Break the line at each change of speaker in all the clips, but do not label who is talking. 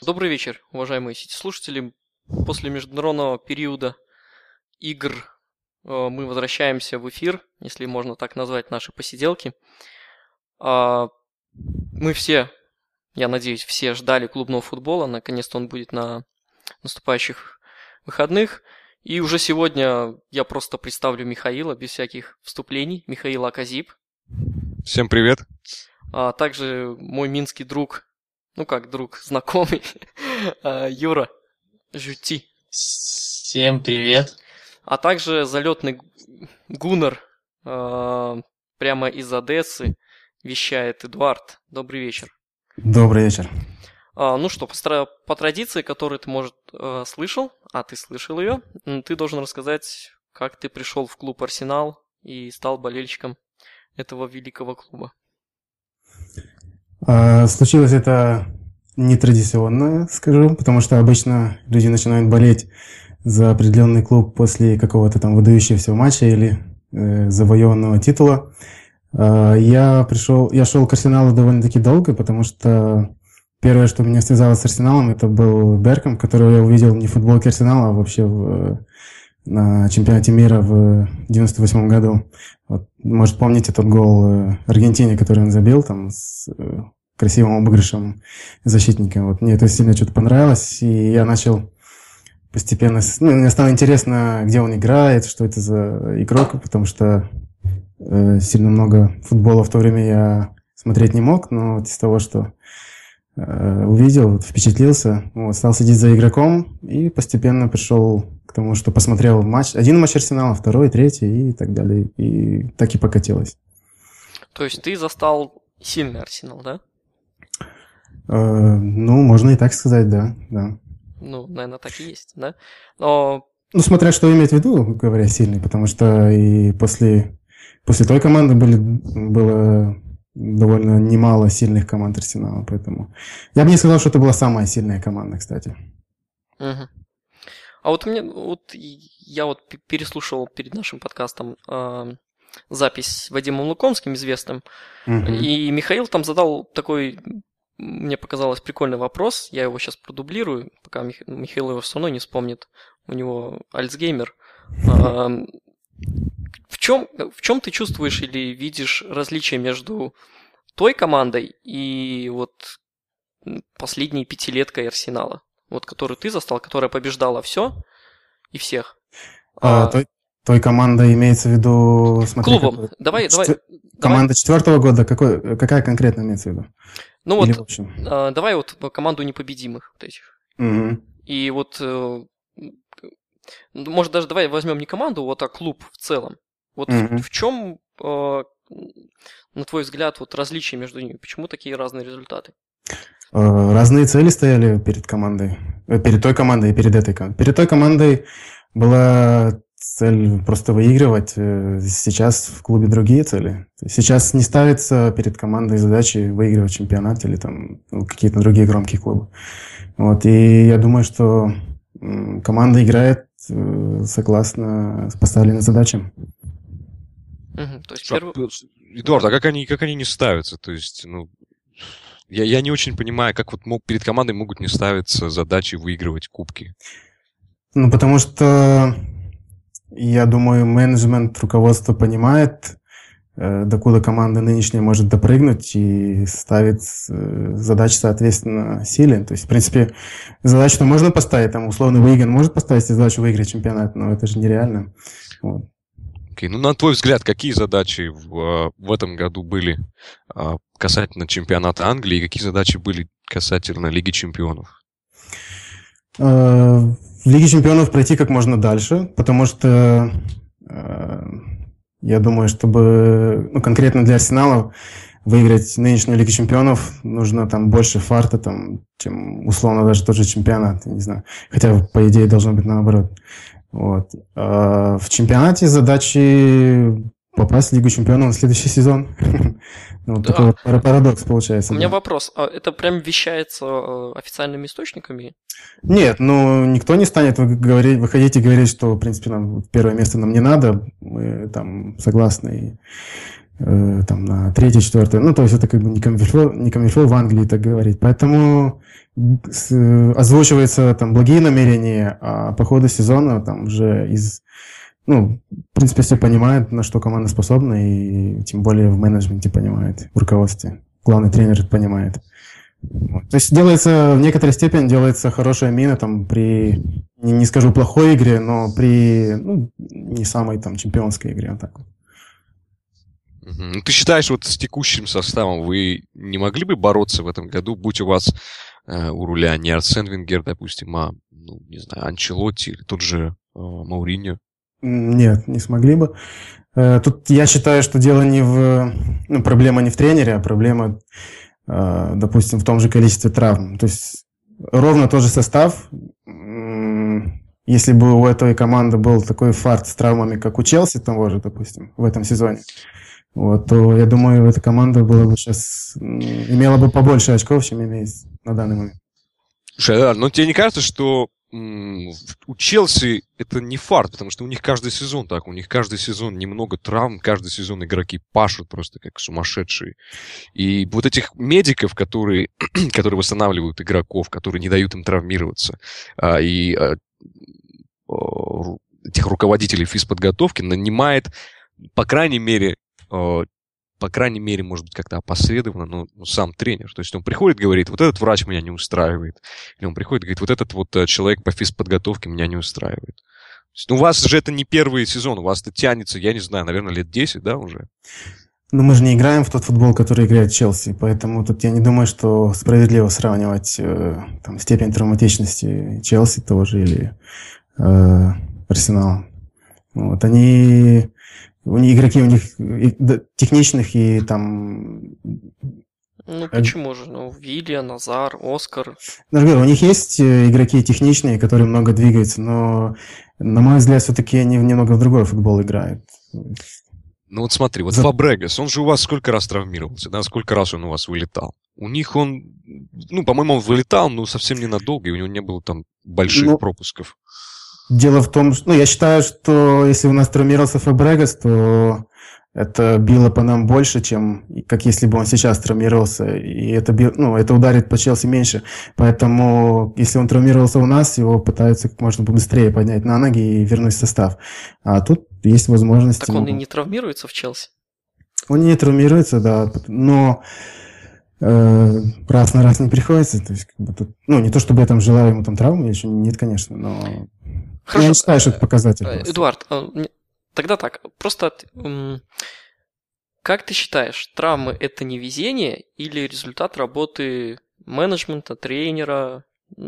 Добрый вечер, уважаемые сити-слушатели. После международного периода игр мы возвращаемся в эфир, если можно так назвать наши посиделки. Мы все, я надеюсь, все ждали клубного футбола. Наконец-то он будет на наступающих выходных. И уже сегодня я просто представлю Михаила без всяких вступлений. Михаил Аказип.
Всем привет.
А также мой минский друг, друг, знакомый, Юра Жути.
Всем привет.
А также залетный Гуннар прямо из Одессы вещает Эдуард. Добрый вечер.
Добрый вечер.
Ну что, по традиции, которую ты, может, слышал, а ты слышал ее, ты должен рассказать, как ты пришел в клуб «Арсенал» и стал болельщиком этого великого клуба.
Случилось это нетрадиционно, скажу, потому что обычно люди начинают болеть за определенный клуб после какого-то там выдающегося матча или завоеванного титула. Я шел к Арсеналу довольно-таки долго, потому что первое, что меня связало с Арсеналом, это был Беркамп, которого я увидел не в футболке Арсенала, а вообще на чемпионате мира в 98 году. Вот, может, помните тот гол Аргентине, который он забил там с красивым обыгрышем защитника. Вот мне это сильно что-то понравилось, и я начал постепенно... мне стало интересно, где он играет, что это за игрок, потому что сильно много футбола в то время я смотреть не мог, но вот из того, что увидел, впечатлился, стал следить за игроком и постепенно пришел к тому, что посмотрел один матч Арсенала, второй, третий и так далее. И так и покатилось.
То есть ты застал сильный Арсенал, да?
Можно и так сказать, да.
Наверное, так и есть, да?
Смотря что иметь в виду, говоря сильный, потому что и после той команды было довольно немало сильных команд Арсенала, поэтому я бы не сказал, что это была самая сильная команда, кстати.
Угу. А я переслушивал перед нашим подкастом запись с Вадимом Лукомским, известным, и Михаил там задал такой, мне показалось, прикольный вопрос, я его сейчас продублирую, пока Михаил его все равно не вспомнит, у него Альцгеймер. В чем ты чувствуешь или видишь различия между той командой и вот последней пятилеткой Арсенала? Вот которую ты застал, которая побеждала все и всех.
Той командой имеется в виду...
Клубом. Давай.
Команда 4-го года, какая конкретно имеется в виду?
Или в общем? Давай вот команду непобедимых вот этих.
Угу.
И вот, может, даже давай возьмем не команду, а клуб в целом. Вот в чем, на твой взгляд, вот различия между ними? Почему такие разные результаты?
Разные цели стояли перед командой. Перед той командой и перед этой командой. Перед той командой была цель просто выигрывать. Сейчас в клубе другие цели. Сейчас не ставится перед командой задачи выигрывать чемпионат или там какие-то другие громкие клубы. Вот. И я думаю, что команда играет согласно поставленным задачам.
То есть
Эдуард, а как они не ставятся? То есть, я не очень понимаю, как вот перед командой могут не ставиться задачи выигрывать кубки.
Потому что, я думаю, менеджмент, руководство понимает, докуда команда нынешняя может допрыгнуть и ставит задачи, соответственно, силе. То есть, в принципе, задачу-то можно поставить, там, условно, Уиган может поставить задачу выиграть чемпионат, но это же нереально. Вот.
Окей, на твой взгляд, какие задачи в этом году были касательно чемпионата Англии и какие задачи были касательно Лиги Чемпионов?
В Лиге Чемпионов пройти как можно дальше, потому что я думаю, чтобы конкретно для Арсенала выиграть нынешнюю Лигу Чемпионов нужно там больше фарта, чем условно даже тот же чемпионат, не знаю. Хотя, по идее, должно быть наоборот. Вот. В чемпионате задачи попасть в Лигу Чемпионов на следующий сезон. Такой вот парадокс получается.
У меня вопрос. А это прям вещается официальными источниками?
Нет, никто не станет выходить и говорить, что, в принципе, нам первое место нам не надо, мы там согласны. там на 3-й, 4-й. Ну, то есть это как бы не камильфо в Англии так говорить. Поэтому озвучиваются там благие намерения, а по ходу сезона там уже в принципе, все понимают, на что команда способна, и тем более в менеджменте понимают, в руководстве. Главный тренер это понимает. Вот. То есть в некоторой степени делается хорошая мина там при, не скажу плохой игре, но при не самой там чемпионской игре. Вот так вот.
Ну, ты считаешь, вот с текущим составом вы не могли бы бороться в этом году, будь у вас у руля не Арсен Венгер, допустим, а, не знаю, Анчелотти или тот же Мауриньо?
Нет, не смогли бы. Тут я считаю, что дело проблема не в тренере, а проблема, допустим, в том же количестве травм. То есть ровно тот же состав. Если бы у этой команды был такой фарт с травмами, как у Челси того же, допустим, в этом сезоне, то я думаю, эта команда имела бы побольше очков, чем имеет на данный момент.
Слушай, но тебе не кажется, что у Челси это не фарт, потому что у них каждый сезон так, у них каждый сезон немного травм, каждый сезон игроки пашут просто как сумасшедшие. И вот этих медиков, которые восстанавливают игроков, которые не дают им травмироваться, и этих руководителей физподготовки нанимает, по крайней мере, может быть, как-то опосредованно, но сам тренер. То есть он приходит, говорит, вот этот врач меня не устраивает. Или он приходит, говорит, вот этот вот человек по физподготовке меня не устраивает. То есть, у вас же это не первый сезон, у вас это тянется, я не знаю, наверное, лет 10, да, уже?
Мы же не играем в тот футбол, который играет Челси, поэтому тут я не думаю, что справедливо сравнивать степень травматичности Челси тоже или Арсенала. Вот, игроки у них техничных и там...
Почему же? Вилья, Назар, Оскар.
У них есть игроки техничные, которые много двигаются, но, на мой взгляд, все-таки они немного в другой футбол играют.
Вот смотри, Фабрегас, он же у вас сколько раз травмировался, да? Сколько раз он у вас вылетал? У них он, по-моему, он вылетал, но совсем ненадолго, и у него не было там больших пропусков.
Дело в том, что я считаю, что если у нас травмировался Фабрегас, то это било по нам больше, чем как если бы он сейчас травмировался. И это ударит по Челси меньше. Поэтому, если он травмировался у нас, его пытаются как можно быстрее поднять на ноги и вернуть в состав. А тут есть возможность...
Так он и не травмируется в Челси?
Он не травмируется, да. Но раз на раз не приходится. То есть, не то, чтобы я там желаю ему там травмы, еще нет, конечно, но...
Хорошо.
Я не считаю, что это показатель.
Эдуард, тогда так, просто как ты считаешь, травмы – это не везение или результат работы менеджмента, тренера,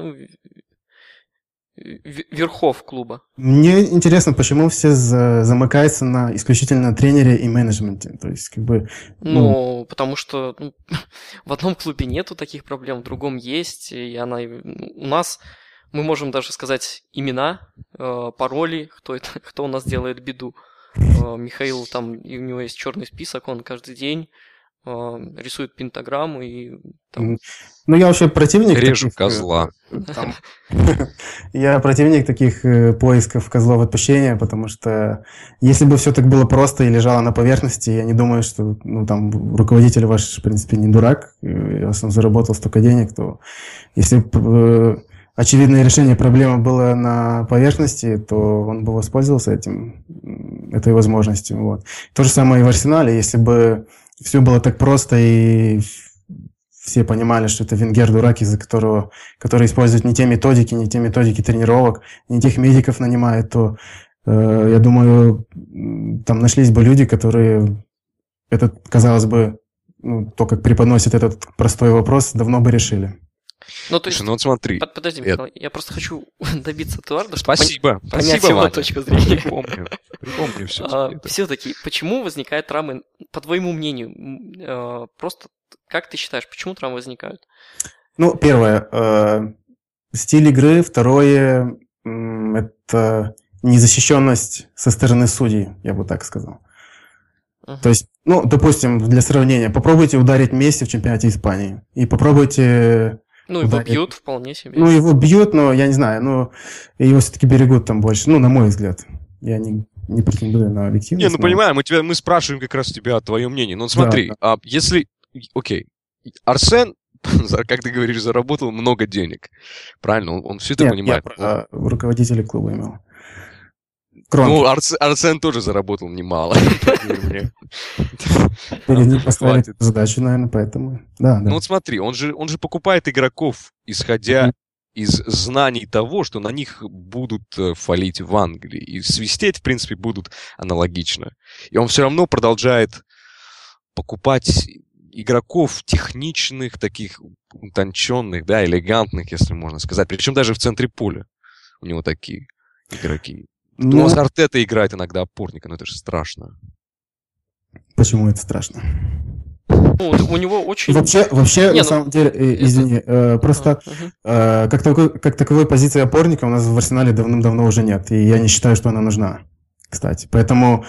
верхов клуба?
Мне интересно, почему все замыкаются исключительно на тренере и менеджменте. То есть,
потому что в одном клубе нету таких проблем, в другом есть, и у нас... Мы можем даже сказать имена, пароли, кто у нас делает беду. Михаил, и у него есть черный список, он каждый день рисует пентаграмму и там...
Я вообще противник...
Режу козла.
Я противник таких поисков козлов отпущения, потому что если бы все так было просто и лежало на поверхности, я не думаю, что руководитель ваш, в принципе, не дурак, раз он заработал столько денег, то если очевидное решение проблемы было на поверхности, то он бы воспользовался этой возможностью. Вот. То же самое и в Арсенале. Если бы все было так просто и все понимали, что это Венгер дурак, который использует не те методики тренировок, не тех медиков нанимает, то, я думаю, там нашлись бы люди, которые казалось бы, то, как преподносит этот простой вопрос, давно бы решили.
То есть,
смотри.
Подожди, Михаил, я просто хочу добиться Эдуарда, чтобы
Спасибо,
понять его
Ваня.
точку зрения.
Припомню все.
Все-таки, почему возникают травмы, по твоему мнению? Просто, как ты считаешь, почему травмы возникают?
Первое, стиль игры. Второе, это незащищенность со стороны судей, я бы так сказал. То есть, допустим, для сравнения, попробуйте ударить Месси в чемпионате Испании. И попробуйте...
его бьют вполне себе.
Его бьют, но я не знаю, его все-таки берегут там больше. На мой взгляд. Я не не претендую на объективность.
Не, ну понимаю, мы спрашиваем как раз тебя твое мнение. Но смотри,
Да.
если... Окей, Арсен, как ты говоришь, заработал много денег. Правильно? Он все это
Нет,
понимает.
я про руководителя клуба имел.
Ну, Арсен тоже заработал немало, поверь мне.
Перед ним поставили задачу, наверное, поэтому... Да.
Ну вот смотри, он же покупает игроков, исходя из знаний того, что на них будут фалить в Англии. И свистеть, в принципе, будут аналогично. И он все равно продолжает покупать игроков техничных, таких утонченных, да, элегантных, если можно сказать. Причем даже в центре поля у него такие игроки. У нас Артета играет иногда опорника, но это же страшно.
Почему это страшно?
Ну, у него очень...
Вообще, на самом деле, извини, просто как таковой позиции опорника у нас в Арсенале давным-давно уже нет, и я не считаю, что она нужна, кстати. Поэтому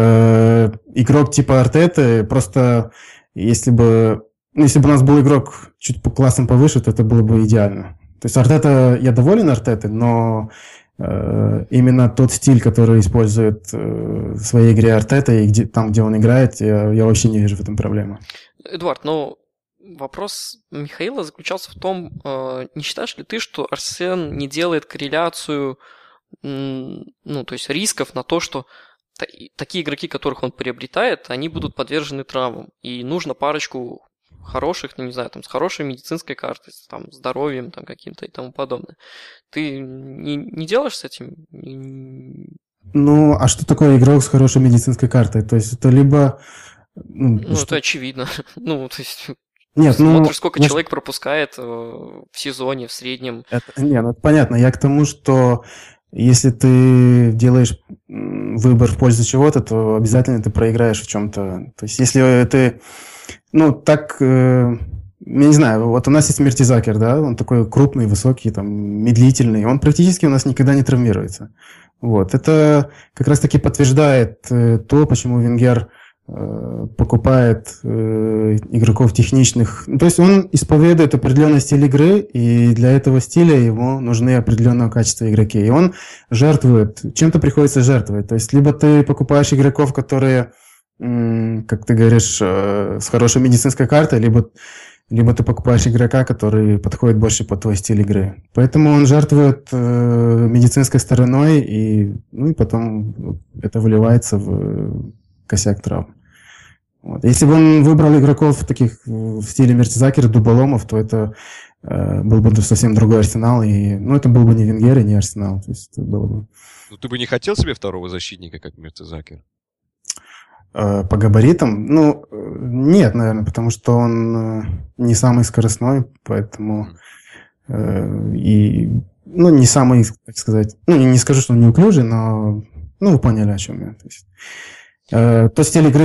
игрок типа Артеты просто, если бы у нас был игрок чуть по классам повыше, то это было бы идеально. То есть Артета, я доволен Артетой, но именно тот стиль, который использует в своей игре Артета, и там, где он играет, я вообще не вижу в этом проблемы.
Эдуард, но вопрос Михаила заключался в том, не считаешь ли ты, что Арсен не делает корреляцию, ну, то есть рисков на то, что такие игроки, которых он приобретает, они будут подвержены травмам, и нужно парочку хороших, ну, не знаю, там, с хорошей медицинской картой, там, здоровьем там, каким-то и тому подобное. Ты не делаешь с этим?
Ну, а что такое игрок с хорошей медицинской картой? То есть это либо...
Ну, это очевидно. Ну, то есть...
Нет,
смотришь, сколько человек пропускает в сезоне в среднем.
Это понятно. Я к тому, что если ты делаешь выбор в пользу чего-то, то обязательно ты проиграешь в чем-то. То есть если ты... Ну, так... Я не знаю, вот у нас есть Мертизакер, да, он такой крупный, высокий, там, медлительный, он практически у нас никогда не травмируется. Вот, это как раз-таки подтверждает то, почему Венгер покупает игроков техничных. То есть он исповедует определенный стиль игры, и для этого стиля ему нужны определенного качества игроки. И он жертвует, чем-то приходится жертвовать. То есть либо ты покупаешь игроков, которые, как ты говоришь, с хорошей медицинской картой, либо ты покупаешь игрока, который подходит больше под твой стиль игры. Поэтому он жертвует медицинской стороной, и потом это выливается в косяк травм. Вот. Если бы он выбрал игроков таких в стиле Мертизакера, дуболомов, то это был бы совсем другой Арсенал. И, это был бы не Венгер и не Арсенал. То есть это было бы...
Ну, ты бы не хотел себе второго защитника, как Мертизакер?
По габаритам? Нет, наверное, потому что он не самый скоростной, поэтому не самый, так сказать, не скажу, что он неуклюжий, но вы поняли, о чем я. То есть, тот стиль игры,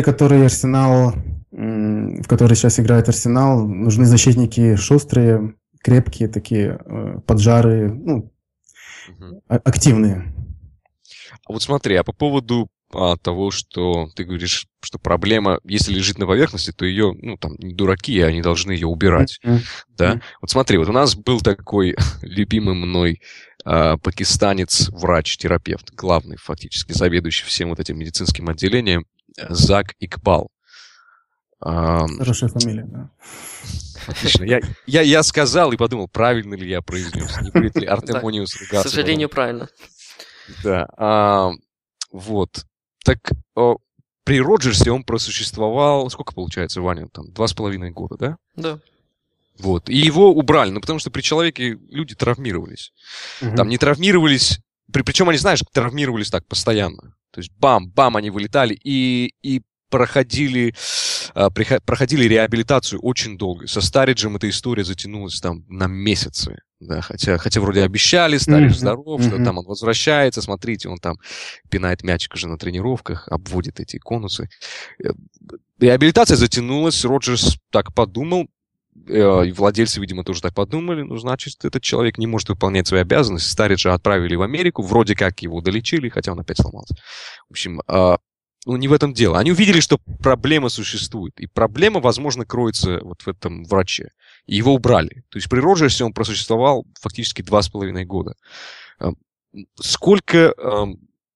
в который сейчас играет Арсенал, нужны защитники шустрые, крепкие, такие поджарые, активные.
А вот смотри, по поводу того, что ты говоришь, что проблема, если лежит на поверхности, то ее, не дураки, они должны ее убирать. Да? Вот смотри, вот у нас был такой любимый мной пакистанец, врач-терапевт, главный фактически, заведующий всем вот этим медицинским отделением, Зак Икбал.
Хорошая фамилия, да.
Отлично. Я сказал и подумал, правильно ли я произнес, не будет ли Артемониус ругаться.
К сожалению, правильно.
Да. Вот. Так при Роджерсе он просуществовал, сколько получается, Ваня, там, 2,5 года, да?
Да.
Вот. И его убрали, потому что при человеке люди травмировались. Там не травмировались, причем они, знаешь, травмировались так постоянно. То есть бам-бам они вылетали и проходили реабилитацию очень долго. Со Старриджем эта история затянулась там на месяцы. Да, хотя вроде обещали, Старридж здоров, что там он возвращается, смотрите, он там пинает мячик уже на тренировках, обводит эти конусы. Реабилитация затянулась, Роджерс так подумал, и владельцы, видимо, тоже так подумали, значит, этот человек не может выполнять свои обязанности. Старриджа отправили в Америку, вроде как его долечили, хотя он опять сломался. В общем, не в этом дело. Они увидели, что проблема существует. И проблема, возможно, кроется вот в этом враче. И его убрали. То есть при Роджерсе он просуществовал фактически 2,5 года. Сколько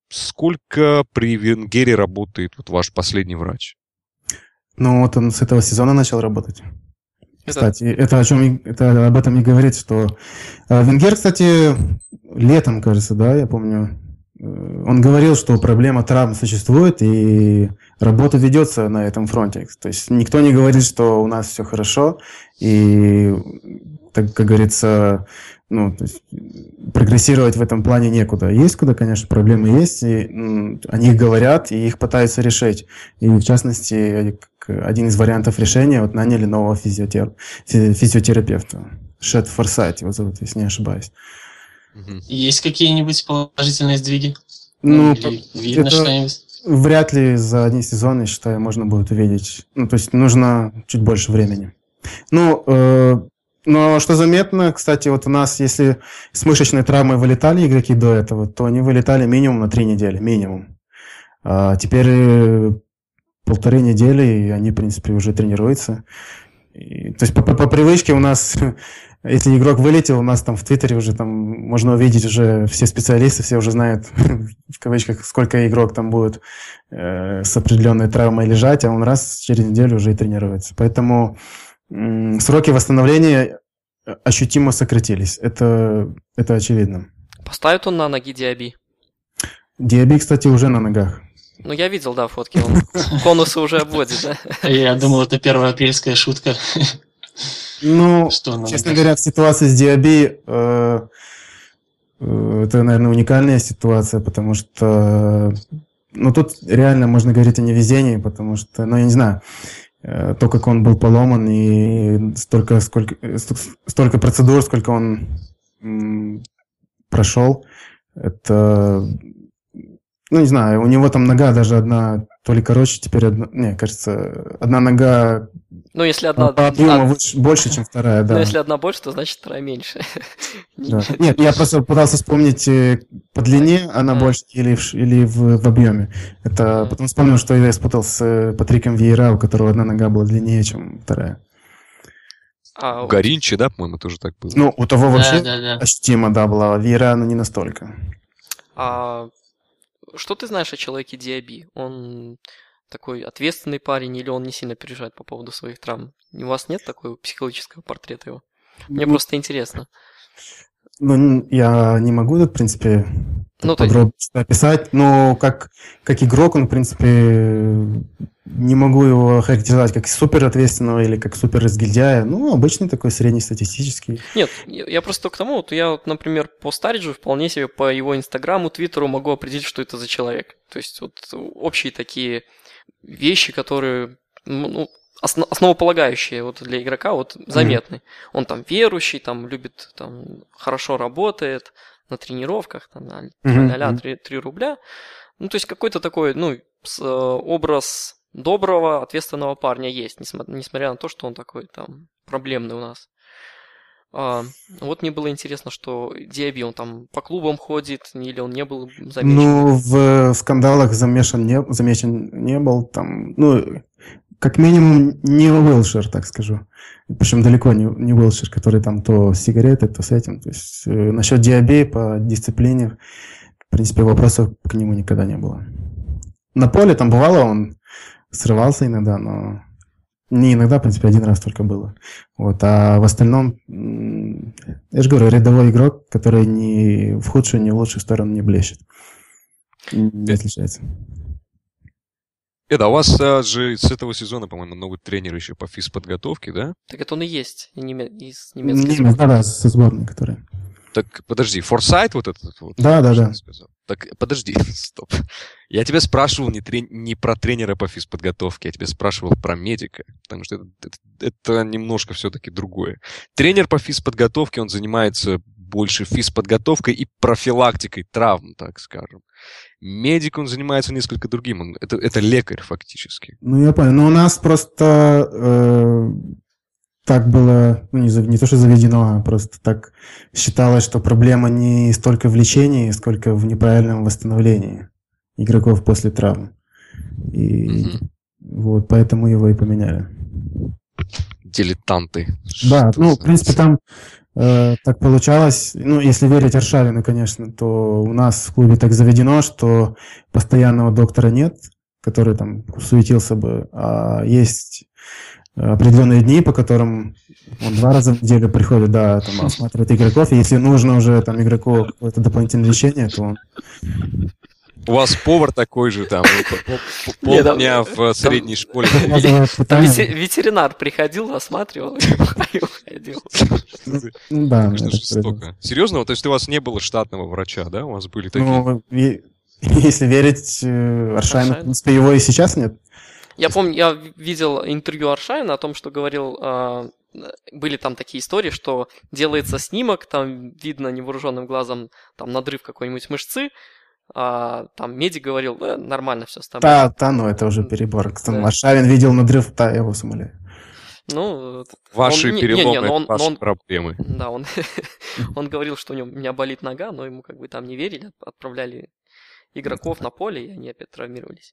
сколько при Венгере работает вот ваш последний врач?
Ну, вот он с этого сезона начал работать. Кстати, это об этом и говорит, что Венгер, кстати, летом, кажется, да, я помню, он говорил, что проблема травм существует, и работа ведется на этом фронте. То есть никто не говорит, что у нас все хорошо, и, так как говорится, ну, то есть прогрессировать в этом плане некуда. Есть куда, конечно, проблемы есть, и о них говорят, и их пытаются решить. И, в частности, один из вариантов решения, вот наняли нового физиотерапевта. Шет Форсайт его зовут, если не ошибаюсь.
Есть какие-нибудь положительные сдвиги?
Ну,
Или видно что-нибудь?
Вряд ли за один сезон, я считаю, можно будет увидеть. Ну, то есть нужно чуть больше времени. Ну, но что заметно, кстати, вот у нас, если с мышечной травмой вылетали игроки до этого, то они вылетали минимум на 3 недели, минимум. А теперь 1,5 недели, и они, в принципе, уже тренируются. То есть по привычке у нас, если игрок вылетел, у нас там в Твиттере уже там можно увидеть уже все специалисты, все уже знают, в кавычках, сколько игрок там будет с определенной травмой лежать, а он раз через неделю уже и тренируется. Поэтому сроки восстановления ощутимо сократились. Это очевидно.
Поставит он на ноги Диаби?
Диаби, кстати, уже на ногах.
Ну, я видел, да, фотки. Он конусы уже обводит, да?
Я думал, это первоапрельская шутка.
Ну, честно говоря, в ситуации с Диаби это, наверное, уникальная ситуация, потому что ну, тут реально можно говорить о невезении, потому что, ну, я не знаю, то, как он был поломан, и столько процедур, сколько он прошел, это, ну, не знаю, у него там нога даже одна, то ли короче, теперь одна, не, кажется, одна нога
ну, если одна
по объему больше, чем вторая, да.
Ну, если одна больше, то значит вторая меньше.
Да. Нет, я просто пытался вспомнить по длине она больше или в объеме. Это потом вспомнил, что я спутал с Патриком Виейра, у которого одна нога была длиннее, чем вторая.
У Гаринчи, да, по-моему, тоже так было?
Ну, у того вообще ощутимо, да, была, а Виейра, но не настолько.
Что ты знаешь о человеке Диаби? Он такой ответственный парень, или он не сильно переживает по поводу своих травм? У вас нет такого психологического портрета его? Мне просто интересно.
Ну, я не могу это, в принципе, подробно описать, но как игрок он, в принципе, не могу его характеризовать как супер ответственного или как супер разгильдяя. Ну, обычный такой среднестатистический.
Нет, я просто к тому, вот я, вот, например, по Стариджу вполне себе по его Инстаграму, Твиттеру могу определить, что это за человек. То есть вот общие такие вещи, которые, ну, основополагающие вот для игрока, вот заметны. Он там верующий, там любит, там хорошо работает на тренировках, там а-ля 3 рубля. Ну, то есть какой-то такой, ну, образ доброго, ответственного парня есть, несмотря на то, что он такой там проблемный у нас. Вот мне было интересно, что Диаби, он там по клубам ходит, или он не был замечен?
Ну, в скандалах замешан не был, там, ну, как минимум не Уилшир, так скажу. Причем далеко не Уилшир, который там то с сигаретой, то с этим. То есть насчет Диаби по дисциплине, в принципе, вопросов к нему никогда не было. На поле там бывало, он срывался иногда, но не иногда, в принципе, один раз только было. Вот. А в остальном, я же говорю, рядовой игрок, который ни в худшую, ни в лучшую сторону не блещет. Не отличается.
А у вас же с этого сезона, по-моему, новый тренер еще по физподготовке, да?
Так это он и есть, из немецкой сборной.
Да, со сборной, которая.
Так, подожди, Форсайт вот этот? Вот,
да.
Так, подожди, стоп. Я тебя спрашивал не про тренера по физподготовке, я тебя спрашивал про медика, потому что это немножко все-таки другое. Тренер по физподготовке, он занимается больше физподготовкой и профилактикой травм, так скажем. Медик, он занимается несколько другим, это лекарь фактически.
Ну, я понял, но у нас просто так было, ну, не то, что заведено, а просто так считалось, что проблема не столько в лечении, сколько в неправильном восстановлении игроков после травм. И вот поэтому его и поменяли.
Дилетанты.
Да, ну, в принципе, там так получалось, ну, если верить Аршавину, конечно, то у нас в клубе так заведено, что постоянного доктора нет, который там суетился бы, а есть определенные дни, по которым он 2 раза в неделю приходит, да, там, осматривает игроков, и если нужно уже там игроку какое-то дополнительное лечение, то он...
У вас повар такой же там, полдня в средней школе.
Там ветеринар приходил, осматривал и уходил.
Ну да.
Жестоко. Серьезно? То есть у вас не было штатного врача, да? У вас были такие?
Ну, если верить Аршавину, в принципе, его и сейчас нет.
Я помню, я видел интервью Аршавина о том, что говорил, были там такие истории, что делается снимок, там видно невооруженным глазом там надрыв какой-нибудь мышцы, а там медик говорил, нормально все с тобой.
Да, но это уже перебор. Да. Аршавин видел надрыв, да, я его умоляю.
Ну,
ваши переломы, ваши проблемы.
Да, он говорил, что у меня болит нога, но ему как бы там не верили, отправляли игроков на поле, и они опять травмировались.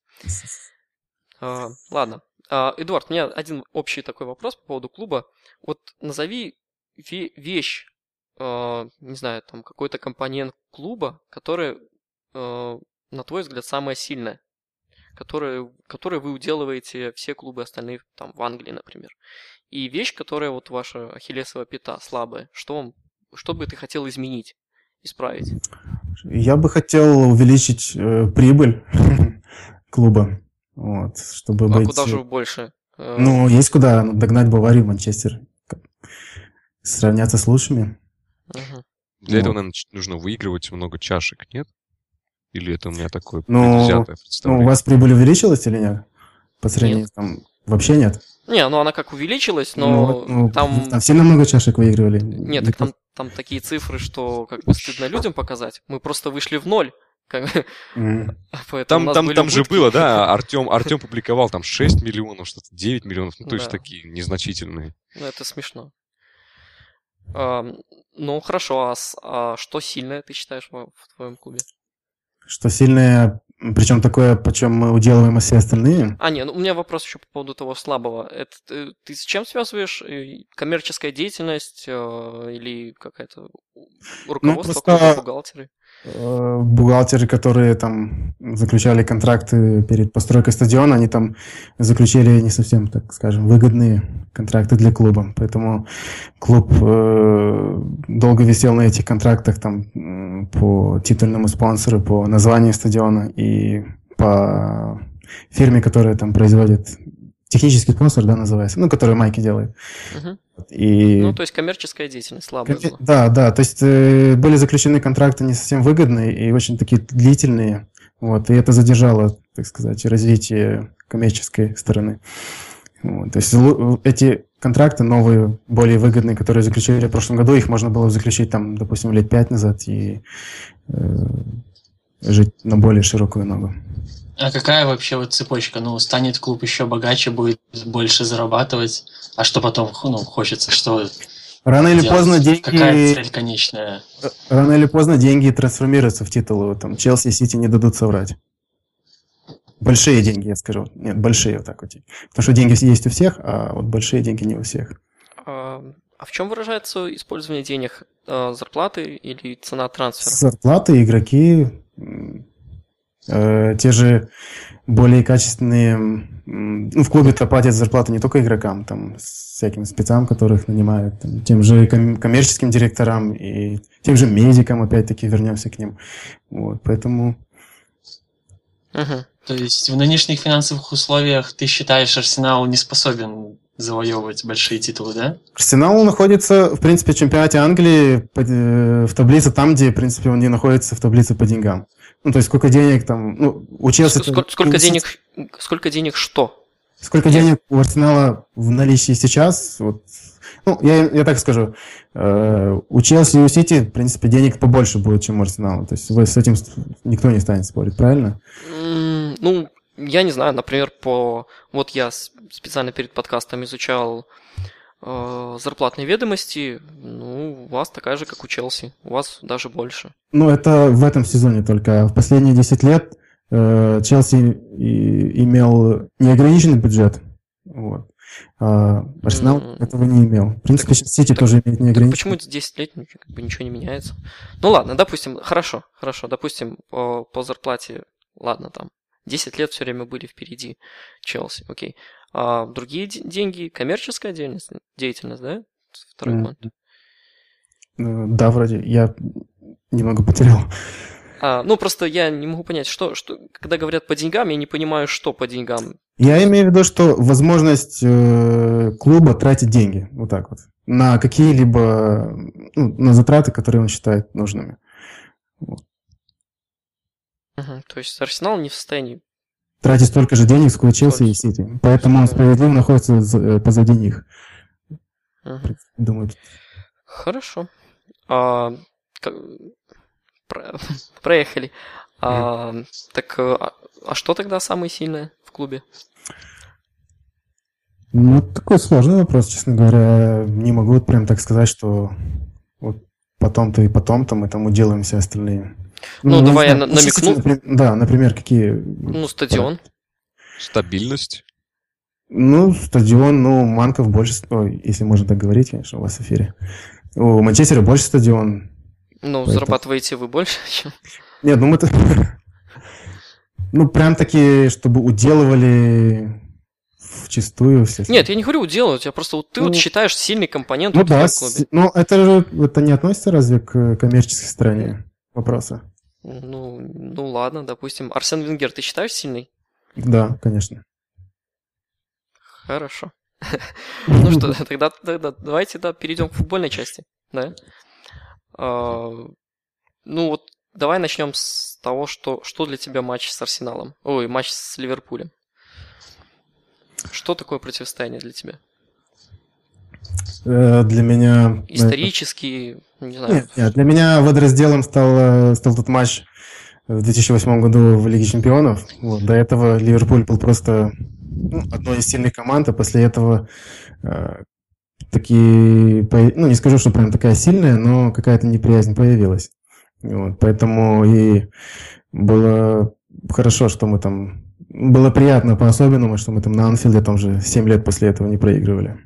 Ладно. Эдуард, у меня один общий такой вопрос по поводу клуба. Вот назови вещь, не знаю, там какой-то компонент клуба, который, на твой взгляд, самая сильная, которой вы уделываете все клубы остальные, там, в Англии, например. И вещь, которая вот ваша ахиллесова пята, слабая, что бы ты хотел изменить, исправить?
Я бы хотел увеличить прибыль клуба, вот, чтобы быть...
куда же больше?
Ну, есть куда догнать Баварию, Манчестер, сравняться с лучшими.
Для этого, наверное, нужно выигрывать много чашек, нет? Или это у меня такое предвзятое представление?
Ну, у вас прибыль увеличилась или нет? По сравнению там вообще нет?
Не, ну она как увеличилась, но
там сильно много чашек выигрывали.
Нет, так там такие цифры, что как бы стыдно людям показать. Мы просто вышли в ноль.
Там же было, да, Артем публиковал там 6 миллионов, что-то 9 миллионов, ну, то есть такие незначительные.
Ну, это смешно. Ну, хорошо, а что сильное ты считаешь в твоем клубе?
Что сильное, причем такое, почем мы уделываем все остальные?
Ну у меня вопрос еще по поводу того слабого. Это ты с чем связываешь? Коммерческая деятельность или какая-то руководство клуба, бухгалтеры?
Бухгалтеры, которые там заключали контракты перед постройкой стадиона, они там заключили не совсем, так скажем, выгодные контракты для клуба. Поэтому клуб долго висел на этих контрактах там по титульному спонсору, по названию стадиона и по фирме, которая там производит технический спонсор, да, называется, ну, который майки делает.
Ну, то есть коммерческая деятельность слабая была.
Да, то есть были заключены контракты не совсем выгодные и очень такие длительные, вот, и это задержало, так сказать, развитие коммерческой стороны. Вот, то есть эти контракты новые, более выгодные, которые заключили в прошлом году, их можно было заключить там, допустим, лет 5 назад и жить на более широкую ногу.
А какая вообще вот цепочка? Ну, станет клуб еще богаче, будет больше зарабатывать, а что потом, хочется, что
рано или поздно деньги...
Какая цель конечная?
Рано или поздно деньги трансформируются в титулы. Там Челси и Сити не дадут соврать. Большие деньги, я скажу. Нет, большие вот так вот. Потому что деньги есть у всех, а вот большие деньги не у всех.
А в чем выражается использование денег? Зарплаты или цена трансфера?
Зарплаты, игроки... Те же более качественные... Ну, в клубе-то платят зарплаты не только игрокам, там, всяким спецам, которых нанимают, там, тем же коммерческим директорам и тем же медикам, опять-таки, вернемся к ним. Вот, поэтому...
То есть в нынешних финансовых условиях ты считаешь, Арсенал не способен завоевывать большие титулы, да?
Арсенал находится, в принципе, в чемпионате Англии в таблице там, где, в принципе, он не находится в таблице по деньгам. Ну, то есть, сколько денег там... Ну, у Челси...
Сколько денег что?
Сколько денег у Арсенала в наличии сейчас? Вот, ну, я так скажу. У Челси и у Сити, в принципе, денег побольше будет, чем у Арсенала. То есть, с этим никто не станет спорить, правильно?
Ну, я не знаю, например, Вот я специально перед подкастом изучал зарплатные ведомости. Ну, у вас такая же, как у Челси. У вас даже больше.
Ну, это в этом сезоне только. В последние 10 лет Челси имел неограниченный бюджет. Вот. Арсенал этого не имел. В принципе, сейчас Сити тоже имеет неограниченное.
Почему 10 лет ничего не меняется? Ну ладно, допустим, хорошо, допустим, по зарплате, ладно, там, 10 лет все время были впереди Челси, окей. А другие деньги, коммерческая деятельность, да? Второй point.
Да, вроде, я немного потерял.
Просто я не могу понять, что, когда говорят по деньгам, я не понимаю, что по деньгам.
Я имею в виду, что возможность клуба тратить деньги, вот так вот, на какие-либо, на затраты, которые он считает нужными. Вот.
То есть Арсенал не в состоянии
тратить столько же денег, сколько Челси и Сити. Поэтому он справедливо находится позади них. Думаю.
Хорошо. Проехали. Так, что тогда самое сильное в клубе?
Такой сложный вопрос, честно говоря. Не могу вот прям так сказать, что вот потом-то и потом-то мы там уделаем все остальные.
Давай я намекну.
Да, например, какие...
Стадион.
Стабильность.
Стадион, Манков больше... если можно так говорить, конечно, у вас в эфире. У Манчестера больше стадион.
Зарабатываете вы больше, чем...
Нет, мы-то... прям такие, чтобы уделывали вчистую все.
Нет, я не говорю уделывать, я просто ты считаешь сильный компонент
в
клубе.
Это не относится разве к коммерческой стороне вопроса?
Ладно, допустим. Арсен Венгер ты считаешь сильный?
Да, конечно.
Хорошо. Что, тогда давайте перейдем к футбольной части. Да? Давай начнем с того, что для тебя матч с Арсеналом. Матч с Ливерпулем. Что такое противостояние для тебя?
Для меня...
Исторически, не знаю.
Нет, для меня водоразделом стал тот матч в 2008 году в Лиге Чемпионов. До этого Ливерпуль был просто одной из сильных команд, а после этого не скажу, что прям такая сильная, но какая-то неприязнь появилась. Поэтому и было хорошо, что мы там... Было приятно по-особенному, что мы там на Анфилде там же 7 лет после этого не проигрывали.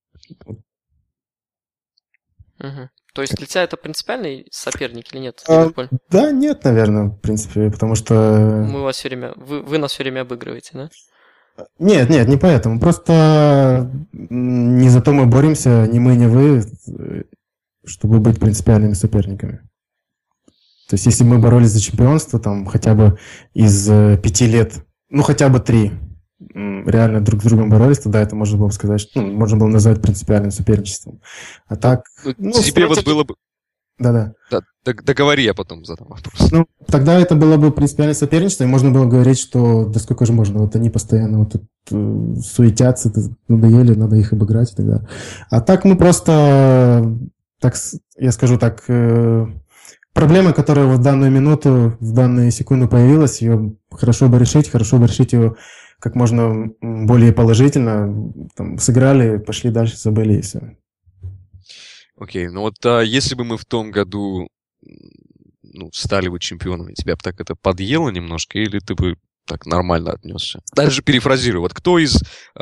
То есть для тебя это принципиальный соперник или нет?
Да, нет, наверное, в принципе, потому что...
Вы нас все время обыгрываете, да?
Нет, не поэтому. Просто не за то мы боремся, ни мы, ни вы, чтобы быть принципиальными соперниками. То есть, если мы боролись за чемпионство, там, хотя бы из 5 лет, хотя бы 3, реально друг с другом боролись, тогда это можно было сказать, что, можно было назвать принципиальным соперничеством. А так...
Тебе было бы...
Да.
Договори, я потом задам вопрос.
Тогда это было бы принципиальное соперничество, и можно было говорить, что да сколько же можно, они постоянно тут суетятся, надоели, надо их обыграть и так далее. А так мы просто, я скажу так, проблема, которая в данную минуту, в данную секунду появилась, ее хорошо бы решить ее как можно более положительно, сыграли, пошли дальше, забыли и все.
Окей, если бы мы в том году стали бы чемпионами, тебя бы так это подъело немножко, или ты бы так нормально отнесся? Даже перефразирую, кто из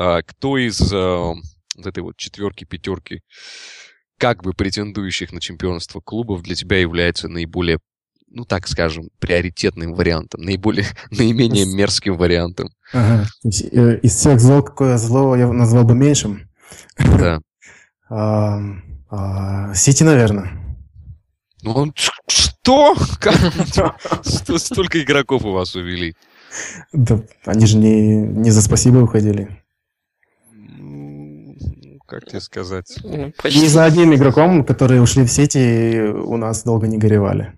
этой четверки-пятерки как бы претендующих на чемпионство клубов для тебя является наиболее, так скажем, приоритетным вариантом, наименее мерзким вариантом?
Ага. Из всех зол, какое зло я назвал бы меньшим?
Да.
Сити, наверное.
Что? Столько игроков у вас увели?
Да, они же не за спасибо уходили.
Как тебе сказать?
Ни за одним игроком, которые ушли в Сити, у нас долго не горевали.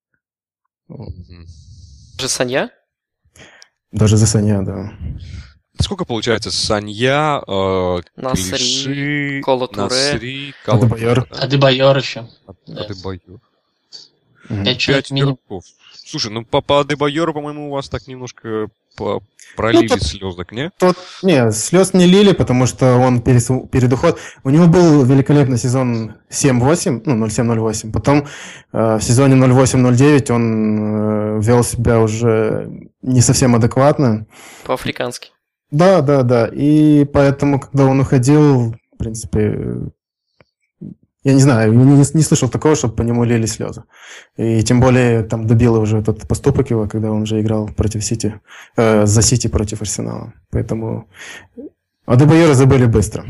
Даже Санья?
Даже за Санья, да.
Сколько получается? Санья,
Насри, Коло Туре,
Адебайор еще.
Адебайор.
5
игроков. Слушай, по Адебайору, по-моему, у вас так немножко пролили слезок, не?
Нет, слез не лили, потому что он перед уход... У него был великолепный сезон 7-8, 07-08. Потом в сезоне 08-09 он вел себя уже не совсем адекватно.
По-африкански.
Да. И поэтому, когда он уходил, в принципе, я не знаю, не слышал такого, чтобы по нему лили слезы. И тем более там добило уже тот поступок его, когда он уже играл против Сити, за Сити против Арсенала. Поэтому Адебайора забыли быстро.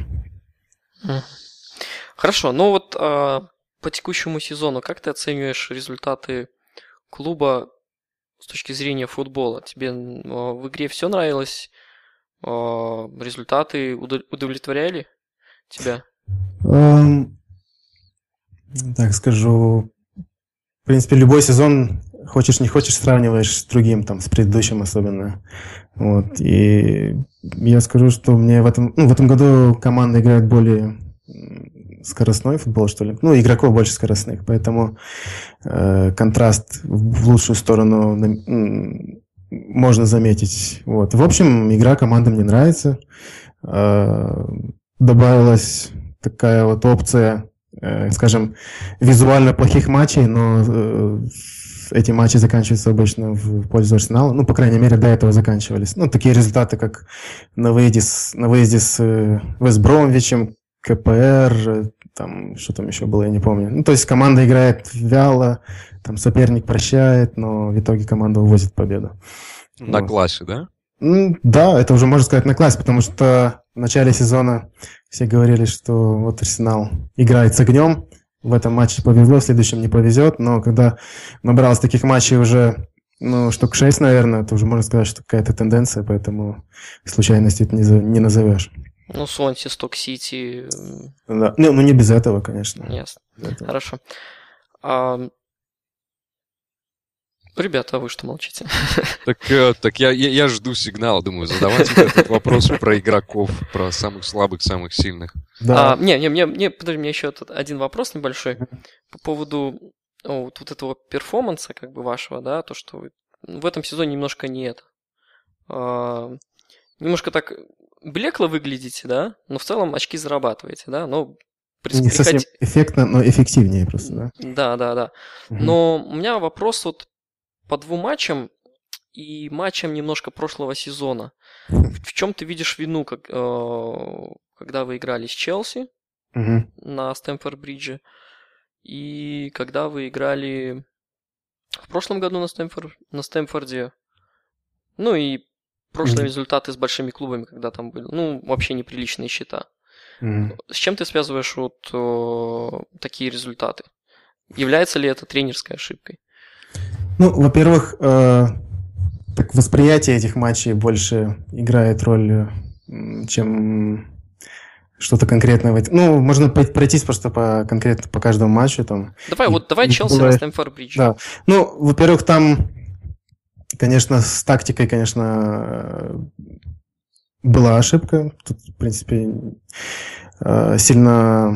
Хорошо, ну вот по текущему сезону, как ты оцениваешь результаты клуба с точки зрения футбола? Тебе в игре все нравилось? Результаты удовлетворяли тебя?
Так скажу, в принципе, любой сезон, хочешь не хочешь, сравниваешь с другим, там, с предыдущим особенно. Вот. И я скажу, что мне в этом году команда играет более скоростной футбол, что ли. Ну, игроков больше скоростных, поэтому контраст в лучшую сторону можно заметить. Вот. В общем, игра команды мне нравится. Добавилась такая вот опция, скажем, визуально плохих матчей, но эти матчи заканчиваются обычно в пользу Арсенала. Ну, по крайней мере, до этого заканчивались. Ну, такие результаты, как на выезде с Вест-Бромвичем, КПР, там, что там еще было, я не помню. Ну, то есть команда играет вяло, там соперник прощает, но в итоге команда увозит победу.
На
Вот.
классе, да?
Да, это уже можно сказать на классе, потому что в начале сезона все говорили, что вот Арсенал играет с огнем, в этом матче повезло, в следующем не повезет, но когда набралось таких матчей уже, штук 6, наверное, это уже можно сказать, что какая-то тенденция, поэтому случайности это не назовешь.
Ну, Сонси, Сток-Сити.
Да. Ну, не без этого, конечно.
Ясно.
Без этого.
Хорошо. Ребята, а вы что молчите?
Так я жду сигнала, думаю, задавайте этот вопрос про игроков, про самых слабых, самых сильных.
Да.
Подожди, у меня еще один вопрос небольшой по поводу вот этого перформанса, как бы вашего, да, то, что вы в этом сезоне немножко не немножко так блекло выглядите, да, но в целом очки зарабатываете, да, но
не совсем эффектно, но эффективнее просто, да?
Да. Но у меня вопрос вот по двум матчам и матчам немножко прошлого сезона. В чем ты видишь вину, когда вы играли с Челси на Стэмфорд-Бридже, и когда вы играли в прошлом году на Стэмфорде, ну и прошлые результаты с большими клубами, когда там были, вообще неприличные счета. С чем ты связываешь вот такие результаты? Является ли это тренерской ошибкой?
Ну, во-первых, так восприятие этих матчей больше играет роль, чем что-то конкретное. Ну, можно пройтись просто конкретно по каждому матчу. Там.
Давай Челси на Стэмфорд-Бридж.
Да. Ну, во-первых, там, конечно, с тактикой, конечно, была ошибка. Тут, в принципе, сильно...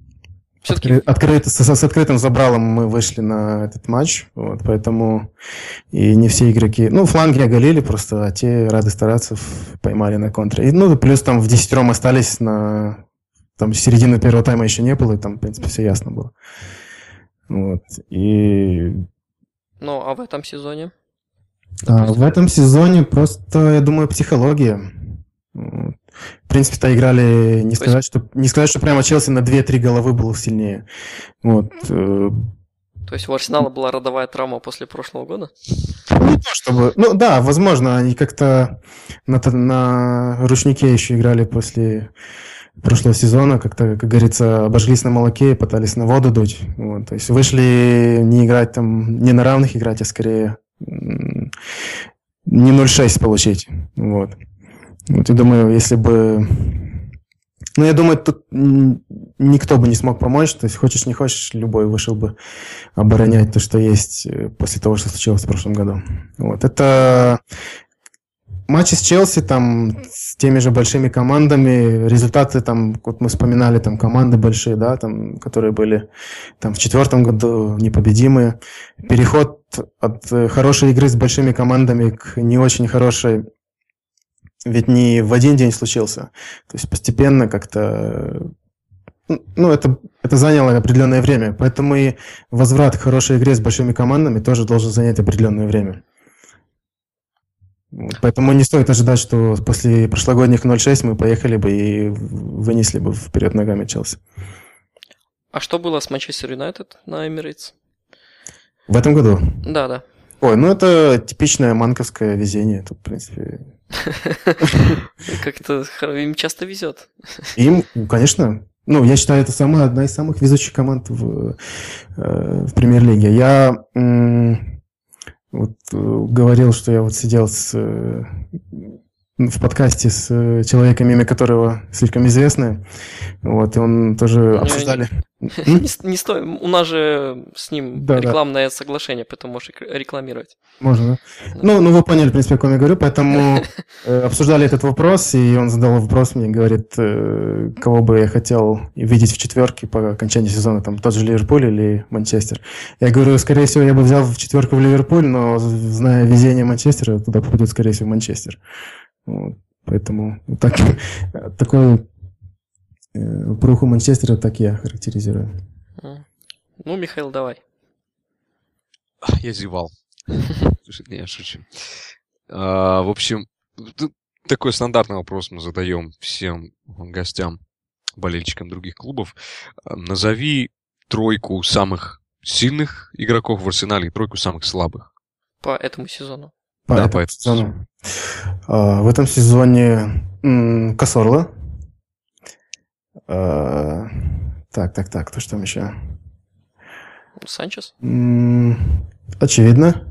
С открытым забралом мы вышли на этот матч, вот, поэтому и не все игроки... фланги оголили просто, а те рады стараться поймали на контре. И, плюс там в 10-ром остались Там середины первого тайма еще не было, и там, в принципе, все ясно было. Вот, и...
Ну, а в этом сезоне?
В этом сезоне просто, я думаю, психология. В принципе-то играли, не сказать, что прямо Челси на 2-3 головы был сильнее. Вот.
То есть у Арсенала была родовая травма после прошлого года?
Не то чтобы... да, возможно, они как-то на ручнике еще играли после прошлого сезона, как-то, как говорится, обожглись на молоке и пытались на воду дуть. Вот. То есть вышли не играть там, не на равных играть, а скорее не 0-6 получить. Вот. Вот, я думаю, если бы... я думаю, тут никто бы не смог помочь. То есть, хочешь, не хочешь, любой вышел бы оборонять то, что есть после того, что случилось в прошлом году. Вот. Это матчи с Челси, там, с теми же большими командами, результаты, там, вот мы вспоминали, там, команды большие, да, там, которые были там в 2004 году непобедимые. Переход от хорошей игры с большими командами к не очень хорошей ведь не в один день случился. То есть постепенно как-то... это заняло определенное время. Поэтому и возврат к хорошей игре с большими командами тоже должен занять определенное время. Вот, поэтому не стоит ожидать, что после прошлогодних 0-6 мы поехали бы и вынесли бы вперед ногами Челси.
А что было с Манчестер Юнайтед на Эмирейтс?
В этом году?
Да.
Ой, ну это типичное манковское везение. Тут, в принципе...
Как-то им часто везет.
Им, конечно. Ну, я считаю, это одна из самых везучих команд в премьер-лиге. Я говорил, что я сидел в подкасте с человеком, имя которого слишком известное. Вот, и он тоже обсуждали...
Не стоит. У нас же с ним рекламное соглашение, поэтому можешь рекламировать.
Можно, да? Ну, вы поняли, в принципе, о ком я говорю, поэтому обсуждали этот вопрос, и он задал вопрос мне, говорит, кого бы я хотел видеть в четверке по окончании сезона, там, тот же Ливерпуль или Манчестер. Я говорю, скорее всего, я бы взял в четверку в Ливерпуль, но, зная везение Манчестера, туда попадет, скорее всего, Манчестер. Вот. Поэтому такой пруху Манчестера так я характеризирую.
Ну, Михаил, давай.
Я зевал. Не, я шучу. В общем, такой стандартный вопрос мы задаем всем гостям, болельщикам других клубов. Назови тройку самых сильных игроков в Арсенале и тройку самых слабых.
По этому сезону.
По этому сезону. В этом сезоне Касорло. Так, кто ж там еще?
Санчес?
Очевидно.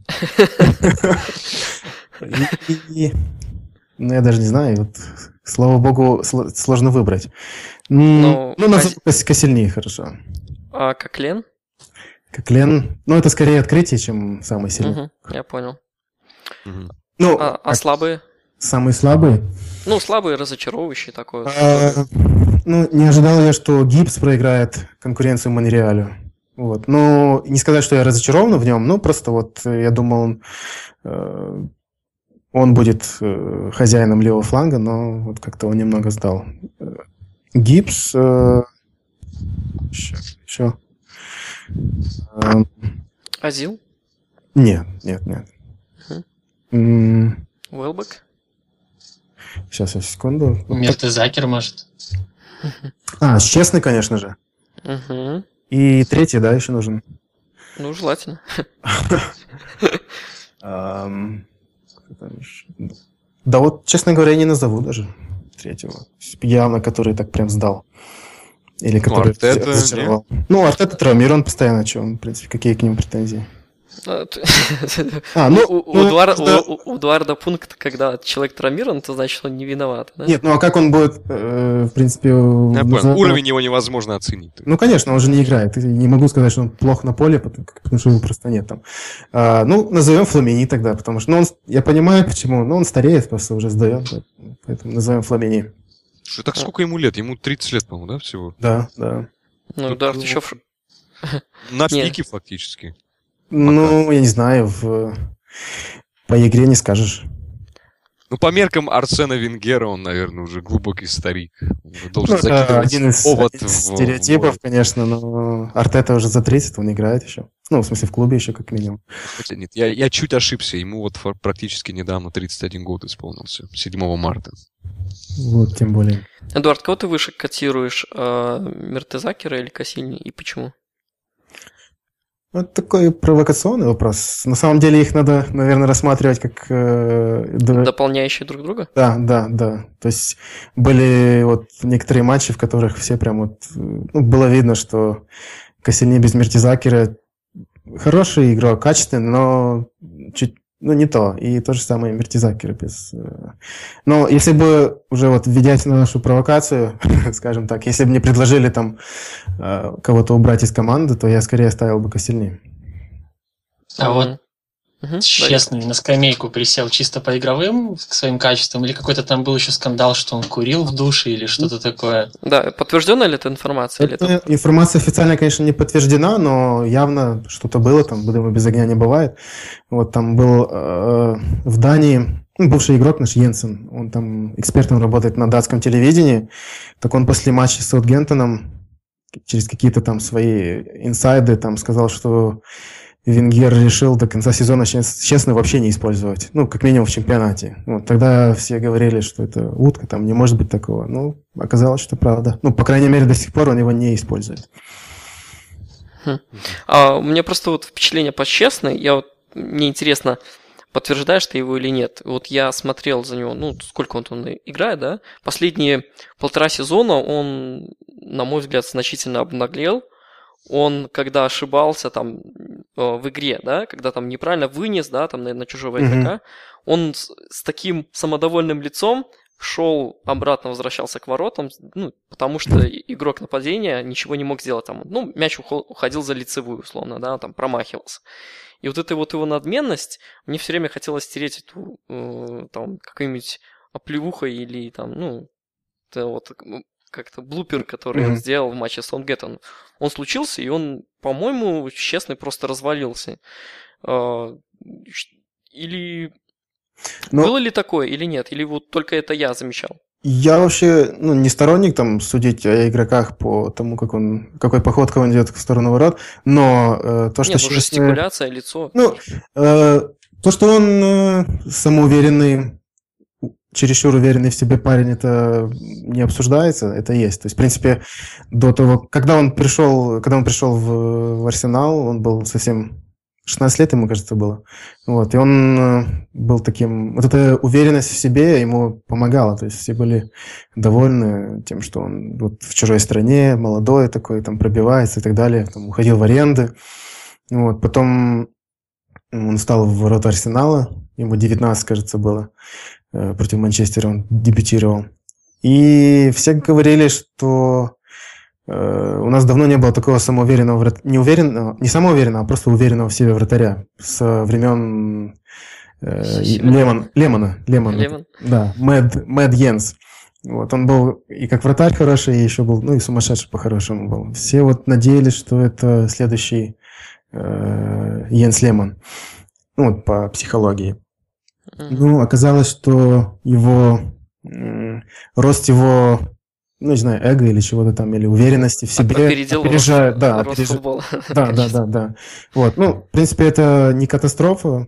Ну, я даже не знаю. Вот, слава богу, сложно выбрать. Назову Косельни, хорошо.
А Коклен?
Коклен. Ну, это скорее открытие, чем самый сильный.
Я понял.
Ну,
а слабые?
Самые слабые?
Ну, слабые, разочаровывающие такое.
Ну, не ожидал я, что Гибс проиграет конкуренцию Монреалю. Вот. Ну, не сказать, что я разочарован в нем, но просто вот я думал, он будет хозяином левого фланга, но вот как-то он немного сдал. Гибс... Еще.
Азил?
Нет.
Уэлбек?
Сейчас, секунду.
Мертезакер, может?
Честный, конечно же.
Угу.
И третий, да, еще нужен.
Ну, желательно.
Да вот, честно говоря, я не назову даже третьего. Явно, который так прям сдал. Или который разочаровал. Ну, Артета травмирован постоянно, что он, в принципе, какие к нему претензии?
У Эдуарда пункт, когда человек травмирован, это значит, что он не виноват. Да?
Нет, ну а как он будет, в принципе...
Уровень его невозможно оценить.
Ну, конечно, он же не играет. Не могу сказать, что он плох на поле, потому что его просто нет там. Ну, назовем Фламини тогда, потому что... я понимаю, почему, но он стареет, просто уже сдает. Поэтому назовем Фламини.
Так сколько ему лет? Ему 30 лет, по-моему, да, всего?
Да.
Ну, Эдуард еще...
На пике фактически.
Ну, я не знаю, по игре не скажешь.
Ну, по меркам Арсена Венгера он, наверное, уже глубокий старик. Он должен
закидывать один из стереотипов, конечно, но Артета уже за 30, он играет еще. Ну, в смысле, в клубе еще как минимум.
Хотя нет, я чуть ошибся. Ему вот практически недавно 31 год исполнился, 7 марта.
Вот, тем более.
Эдуард, кого ты выше котируешь, Мертезакера или Косильни, и почему?
Это такой провокационный вопрос. На самом деле их надо, наверное, рассматривать как...
Дополняющие друг друга?
Да. То есть были вот некоторые матчи, в которых все прям вот... было видно, что Косельни без Мертезакера хороший игрок, качественный, но чуть... не то. И то же самое Мертезакер без... Но если бы уже вот, введясь на нашу провокацию, скажем так, если бы мне предложили там кого-то убрать из команды, то я скорее оставил бы Косельни.
А вот честно, на скамейку присел чисто по игровым к своим качествам, или какой-то там был еще скандал, что он курил в душе или что-то такое?
Да, подтверждена ли эта информация?
Информация официально, конечно, не подтверждена, но явно что-то было, там дыма без огня не бывает. Вот там был в Дании бывший игрок наш Йенсен, он там экспертом работает на датском телевидении, так он после матча с Саутгемптоном через какие-то там свои инсайды там сказал, что Венгер решил до конца сезона честно вообще не использовать. Ну, как минимум в чемпионате. Вот, тогда все говорили, что это утка, там не может быть такого. Ну, оказалось, что правда. Ну, по крайней мере, до сих пор он его не использует.
У меня просто вот впечатление по честной. Мне интересно, подтверждаешь ты его или нет. Вот я смотрел за него, ну, сколько он играет, да? Последние 1,5 сезона он, на мой взгляд, значительно обнаглел. Он, когда ошибался там в игре, да, когда там неправильно вынес, да, там на чужого игрока, он с таким самодовольным лицом шел обратно, возвращался к воротам, ну, потому что игрок нападения ничего не мог сделать там. Ну, мяч уходил за лицевую, условно, да, там промахивался. И вот эта вот его надменность, мне все время хотелось стереть эту, там, какую-нибудь оплеухой или там, ну, это вот как-то блупер, который он сделал в матче с Саутгемптоном. Он случился, и он, по-моему, честно, просто развалился. Или... Было ли такое, или нет? Или вот только это я замечал?
Я вообще не сторонник там судить о игроках по тому, какой походкой он идет в сторону ворот, но то, что...
Нет, уже жестикуляция, лицо.
Ну, то, что он самоуверенный, чересчур уверенный в себе парень, это не обсуждается, это есть. То есть, в принципе, до того, когда он пришел в Арсенал, он был совсем 16 лет, ему, кажется, было. Вот, и он был таким... Вот эта уверенность в себе ему помогала. То есть все были довольны тем, что он вот в чужой стране, молодой такой, там пробивается и так далее. Там уходил в аренды. Вот, потом он стал в ворота Арсенала. Ему 19, кажется, было. Против Манчестера он дебютировал. И все говорили, что у нас давно не было такого самоуверенного, не самоуверенного, а просто уверенного в себе вратаря с времен Лемона. Да, Мэд Йенс. Вот, он был и как вратарь хороший, и еще был, ну и сумасшедший по-хорошему был. Все вот надеялись, что это следующий Йенс Лемон. Ну, вот по психологии. Ну, оказалось, что рост его, ну, не знаю, эго или чего-то там, или уверенности в себе опережает.
Рост футбола.
Да. Вот, ну, в принципе, это не катастрофа.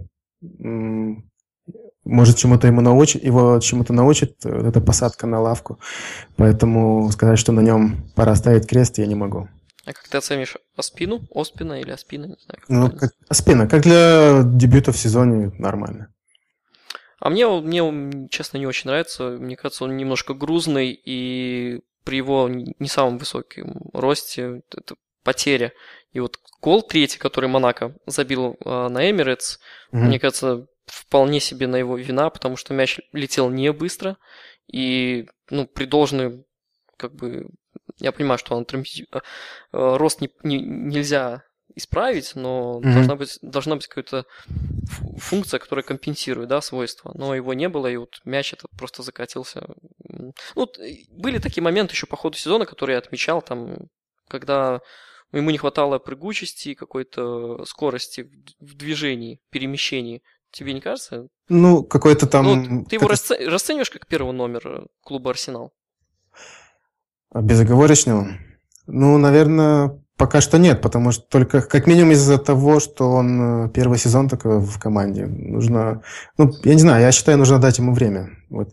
Может, его чему-то научит эта посадка на лавку. Поэтому сказать, что на нем пора ставить крест, я не могу.
А как ты оценишь Оспину? Оспина или Оспина? Не знаю.
Ну, Оспина. Как для дебюта в сезоне нормально.
А мне, честно, не очень нравится. Мне кажется, он немножко грузный, и при его не самом высоком росте это потеря. И вот гол третий, который Монако забил на Эмирейтс, мне кажется, вполне себе на его вина, потому что мяч летел не быстро, и при должной, я понимаю, что рост нельзя исправить, но должна быть какая-то функция, которая компенсирует, да, свойства. Но его не было, и вот мяч этот просто закатился. Ну, были такие моменты еще по ходу сезона, которые я отмечал, там, когда ему не хватало прыгучести, какой-то скорости в движении, перемещении. Тебе не кажется?
Ну, какой-то там...
Ты его расцениваешь как первый номер клуба «Арсенал»?
Безоговорочного? Ну, наверное, пока что нет, потому что только как минимум из-за того, что он первый сезон такой в команде. Нужно... Ну, я не знаю, я считаю, нужно дать ему время. Вот.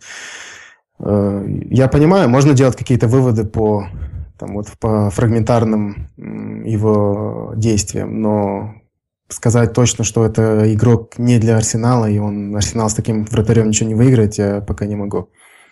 Я понимаю, можно делать какие-то выводы по фрагментарным его действиям, но сказать точно, что это игрок не для Арсенала, и Арсенал с таким вратарем ничего не выиграет, я пока не могу.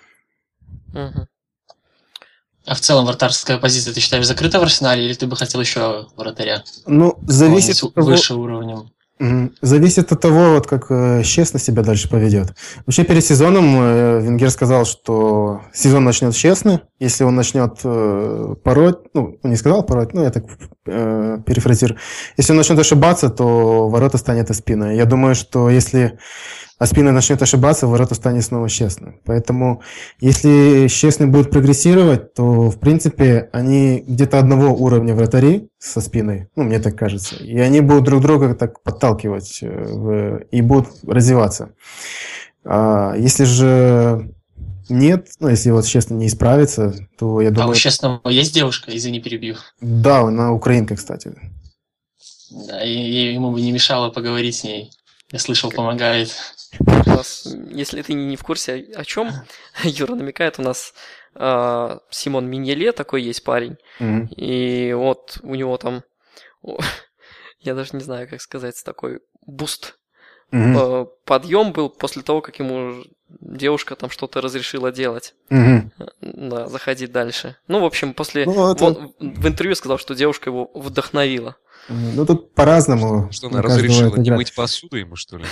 А в целом вратарская позиция, ты считаешь, закрыта в Арсенале, или ты бы хотел еще вратаря?
Ну, зависит от того...
Выше уровнем.
Зависит от того, вот как честно себя дальше поведет. Вообще, перед сезоном Венгер сказал, что сезон начнет честно. Если он начнет пороть, не сказал пороть, я так перефразирую. Если он начнет ошибаться, то ворота станет Оспина. Я думаю, что если Оспина начнет ошибаться, ворота станет снова честно. Поэтому, если честный будет прогрессировать, то, в принципе, они где-то одного уровня вратари со Спиной, мне так кажется, и они будут друг друга так подталкивать и будут развиваться. А если же нет, если вот честно не исправится, то я думаю...
А у честного есть девушка? Извини, перебью.
Да, она украинка, кстати.
Да, и ему бы не мешало поговорить с ней. Я слышал, помогает.
У нас, если ты не в курсе, о чем Юра намекает, у нас Симон Миньеле такой есть парень. И вот у него там, я даже не знаю, как сказать, такой буст. Подъем был после того, как ему девушка там что-то разрешила делать. Да, заходить дальше. Ну, в общем, после... Он в интервью сказал, что девушка его вдохновила.
Ну, тут по-разному.
Что, она разрешила не мыть посуду ему, что ли?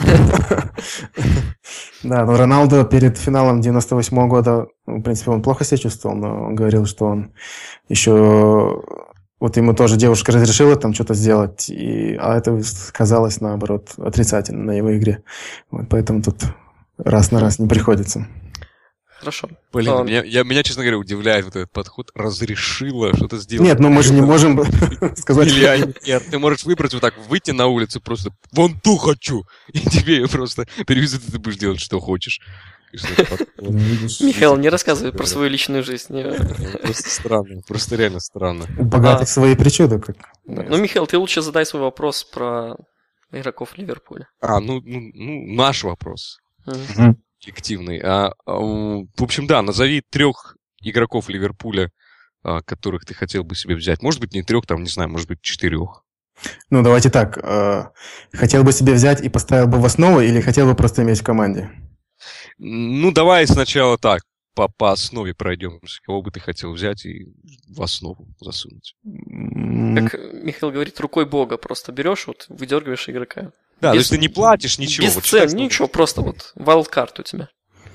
Да, но Роналдо перед финалом 98 года, в принципе, он плохо себя чувствовал, но он говорил, что он еще... Вот ему тоже девушка разрешила там что-то сделать, а это сказалось, наоборот, отрицательно на его игре. Вот, поэтому тут раз на раз не приходится.
Хорошо.
Блин, меня, честно говоря, удивляет вот этот подход. Разрешила что-то сделать.
Нет, ну мы же не можем сказать...
Нет, ты можешь выбрать вот так, выйти на улицу, просто вон ту хочу, и тебе ее просто перевезут, и ты будешь делать, что хочешь.
Михаил, не рассказывай про свою личную жизнь.
Просто странно, просто реально странно.
У богатых свои причуды.
Ну, Михаил, ты лучше задай свой вопрос про игроков Ливерпуля.
Наш вопрос. Коллективный. В общем, да, назови 3 игроков Ливерпуля, которых ты хотел бы себе взять. Может быть, не 3, там, не знаю, может быть, 4.
Ну, давайте так. Хотел бы себе взять и поставил бы в основу, или хотел бы просто иметь в команде?
Ну, давай сначала так, по основе пройдемся. Кого бы ты хотел взять и в основу засунуть?
Как Михаил говорит, рукой бога просто берешь, вот выдергиваешь игрока.
Да, то есть ты не платишь ничего.
Без цен, ничего, просто вот wildcard у тебя.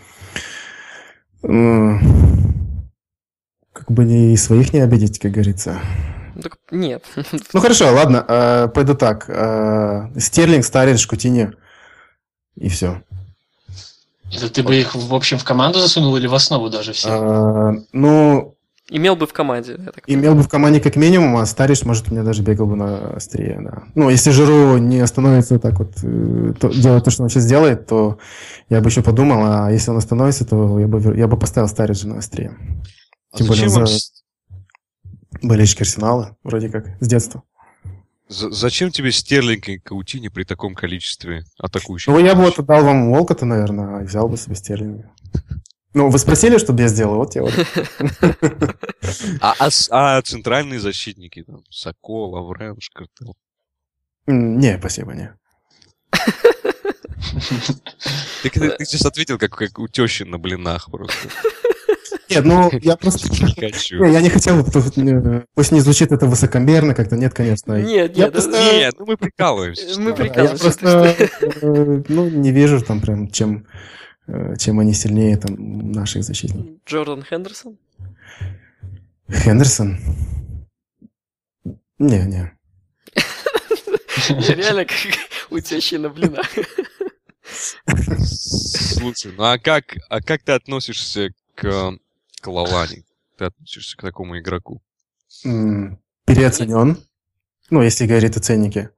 Как бы и своих не обидеть, как говорится.
Так, нет.
Ну, хорошо, ладно, пойду так. Стерлинг, Старидж, Кутиньо. И все.
Это ты бы их, в общем, в команду засунул или в основу даже все?
Ну...
Имел бы в команде.
Имел бы в команде как минимум, а Старидж, может, у меня даже бегал бы на острие, да. Ну, если Жиру не остановится так вот, делать то, что он сейчас делает, то я бы еще подумал, а если он остановится, то я бы поставил Стариджа на острие. Тем более за болельщик Арсенала, вроде как, с детства.
Зачем тебе Стерлинг и Каутиньо при таком количестве атакующих?
Ну, я бы вот отдал вам Волкота, наверное, и взял бы себе Стерлинга. Ну, вы спросили, что я сделал, вот я вот.
А центральные защитники, там, Сокол, Лаврен, Шкартел?
Не, спасибо, не.
Ты сейчас ответил, как у тещи на блинах просто.
Нет, ну, я просто... Я не хотел, пусть не звучит это высокомерно как-то, нет, конечно.
Нет,
ну мы прикалываемся.
Мы прикалываемся.
Я просто, не вижу там прям, чем они сильнее там наших защитников.
Джордан Хендерсон?
Хендерсон? Не.
Реально как у тещи на блинах.
Слушай, ну а как ты относишься к Лалане? Ты относишься к такому игроку?
Переоценен. Ну, если говорить о ценнике.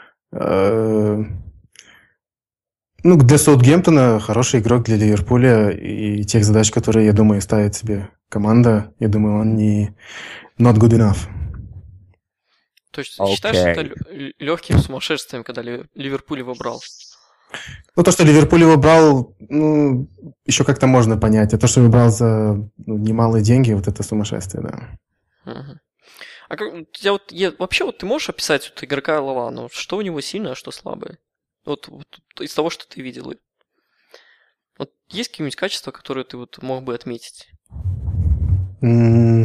Ну, для Саутгемптона хороший игрок, для Ливерпуля и тех задач, которые, я думаю, ставит себе команда, я думаю, он не not good enough.
То есть считаешь это легким сумасшествием, когда Ливерпуль его брал?
Ну, то, что Ливерпуль его брал, ну, еще как-то можно понять. А то, что его брал за немалые деньги, вот это сумасшествие, да.
Угу. А как, вообще, вот ты можешь описать вот игрока Лалану? Что у него сильное, а что слабое? Вот из того, что ты видел. Вот есть какие-нибудь качества, которые ты вот мог бы отметить?
Я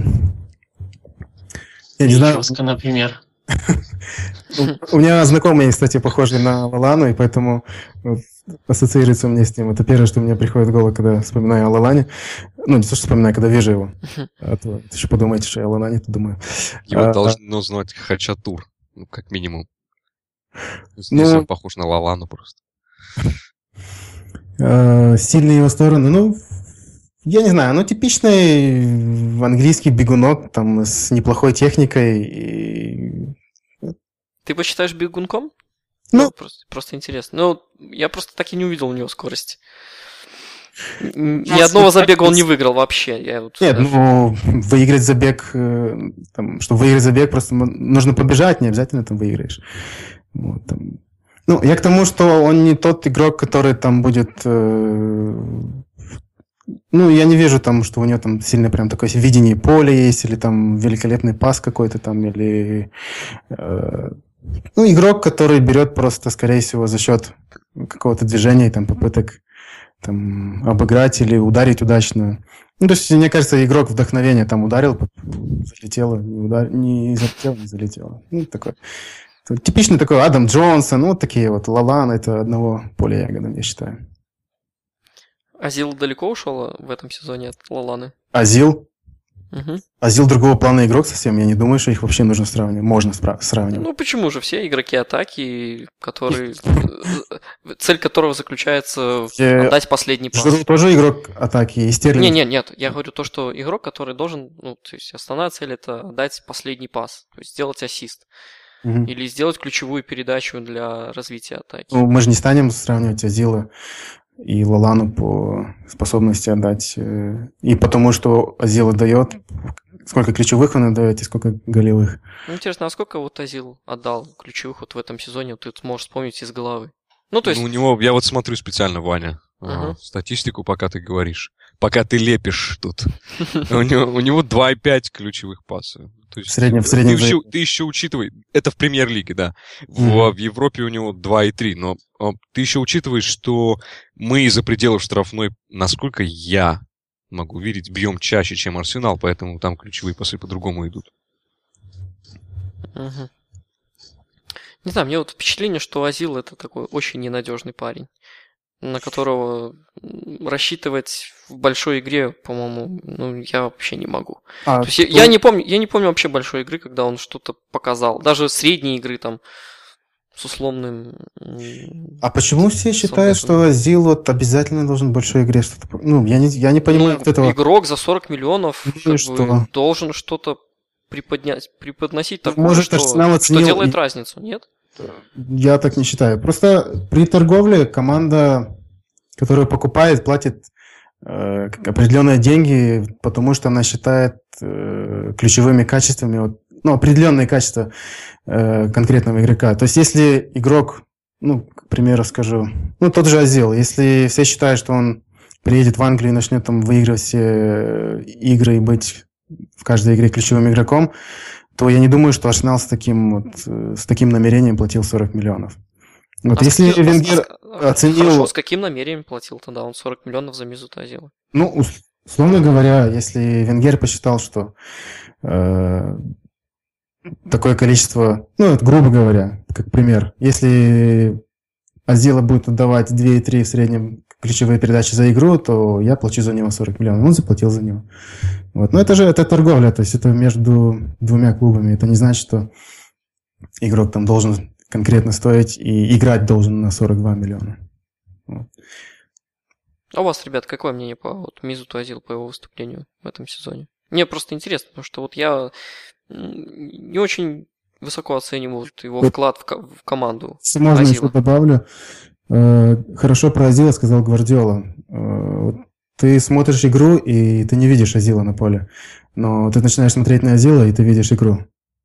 не знаю.
Жестко, например.
У меня знакомые, кстати, похожи на Лалану, и поэтому ассоциируется мне с ним. Это первое, что мне приходит в голову, когда вспоминаю о Лалане. Ну, не то, что вспоминаю, когда вижу его. А то еще подумаете, что я о Лалане, то думаю.
Его должно звать Хачатур, ну, как минимум. Если он похож на Лалану просто.
Сильные его стороны, ну, я не знаю, типичный английский бегунок, там, с неплохой техникой.
Ты его считаешь бегунком?
Ну,
просто интересно. Ну, я просто так и не увидел у него скорости. Ни одного забега он не выиграл вообще.
Нет, выиграть забег, чтобы выиграть забег, просто нужно побежать, не обязательно там выиграешь. Вот, там. Ну, я к тому, что он не тот игрок, который там будет... я не вижу там, что у него там сильно прям такое видение поля есть, или там великолепный пас какой-то там, или... игрок, который берет просто, скорее всего, за счет какого-то движения, там, попыток там, обыграть или ударить удачно. То есть, мне кажется, игрок вдохновения там ударил, залетело, не залетело. Такой. Типичный такой Адам Джонсон, такие вот Лалан, это одного поля ягодом, я считаю.
Азил далеко ушел в этом сезоне от Лаланы?
Азил?
Угу.
Азил другого плана игрок совсем. Я не думаю, что их вообще нужно сравнивать. Можно сравнивать.
Почему же? Все игроки атаки, цель которого заключается в отдать последний пас.
Жиру тоже игрок атаки и Стерлинг.
Нет. Я говорю то, что игрок, который должен... то есть основная цель – это отдать последний пас. То есть сделать ассист. Угу. Или сделать ключевую передачу для развития атаки.
Мы же не станем сравнивать Азила и Лалану по способности отдать. И потому, что Азил отдает, сколько ключевых он отдает и сколько голевых.
Интересно, а сколько Азил отдал ключевых в этом сезоне, ты можешь вспомнить из головы?
У него, я смотрю специально, Ваня, статистику, пока ты говоришь. Пока ты лепишь тут. У него 2,5 ключевых паса.
В среднем.
Ты еще учитывай, это в премьер-лиге, да. В Европе у него 2,3, но ты еще учитываешь, что мы из-за пределов штрафной, насколько я могу видеть, бьем чаще, чем Арсенал, поэтому там ключевые пасы по-другому идут.
Угу. Не знаю, мне впечатление, что Азил это такой очень ненадежный парень, на которого рассчитывать в большой игре, по-моему, я вообще не могу. То есть я не помню вообще большой игры, когда он что-то показал. Даже средней игры там с условным...
А почему все считают, что Азил обязательно должен в большой игре что-то... я не понимаю этого...
Игрок за 40 миллионов должен что-то преподносить такое,
может,
что делает разницу, нет?
Я так не считаю. Просто при торговле команда, которая покупает, платит определенные деньги, потому что она считает ключевыми качествами, определенные качества конкретного игрока. То есть, если игрок, к примеру скажу, тот же Азил, если все считают, что он приедет в Англию и начнет там выигрывать все игры и быть в каждой игре ключевым игроком, то я не думаю, что Арсенал с таким намерением платил 40 миллионов. Если Венгер оценил...
Хорошо, с каким намерением платил тогда он 40 миллионов за Мезута Азила?
Условно говоря, если Венгер посчитал, что такое количество... это грубо говоря, как пример. Если Азила будет отдавать 2,3 в среднем ключевые передачи за игру, то я плачу за него 40 миллионов. Он заплатил за него. Но это торговля, то есть это между двумя клубами. Это не значит, что игрок там должен конкретно стоить и играть должен на 42 миллиона.
А у вас, ребят, какое мнение по Мезуту Азилу, по его выступлению в этом сезоне? Мне просто интересно, потому что я не очень высоко оцениваю его вклад в команду.
Можно еще добавлю. Хорошо про Азила сказал Гвардиола. Ты смотришь игру, и ты не видишь Азила на поле. Но ты начинаешь смотреть на Азила, и ты видишь игру.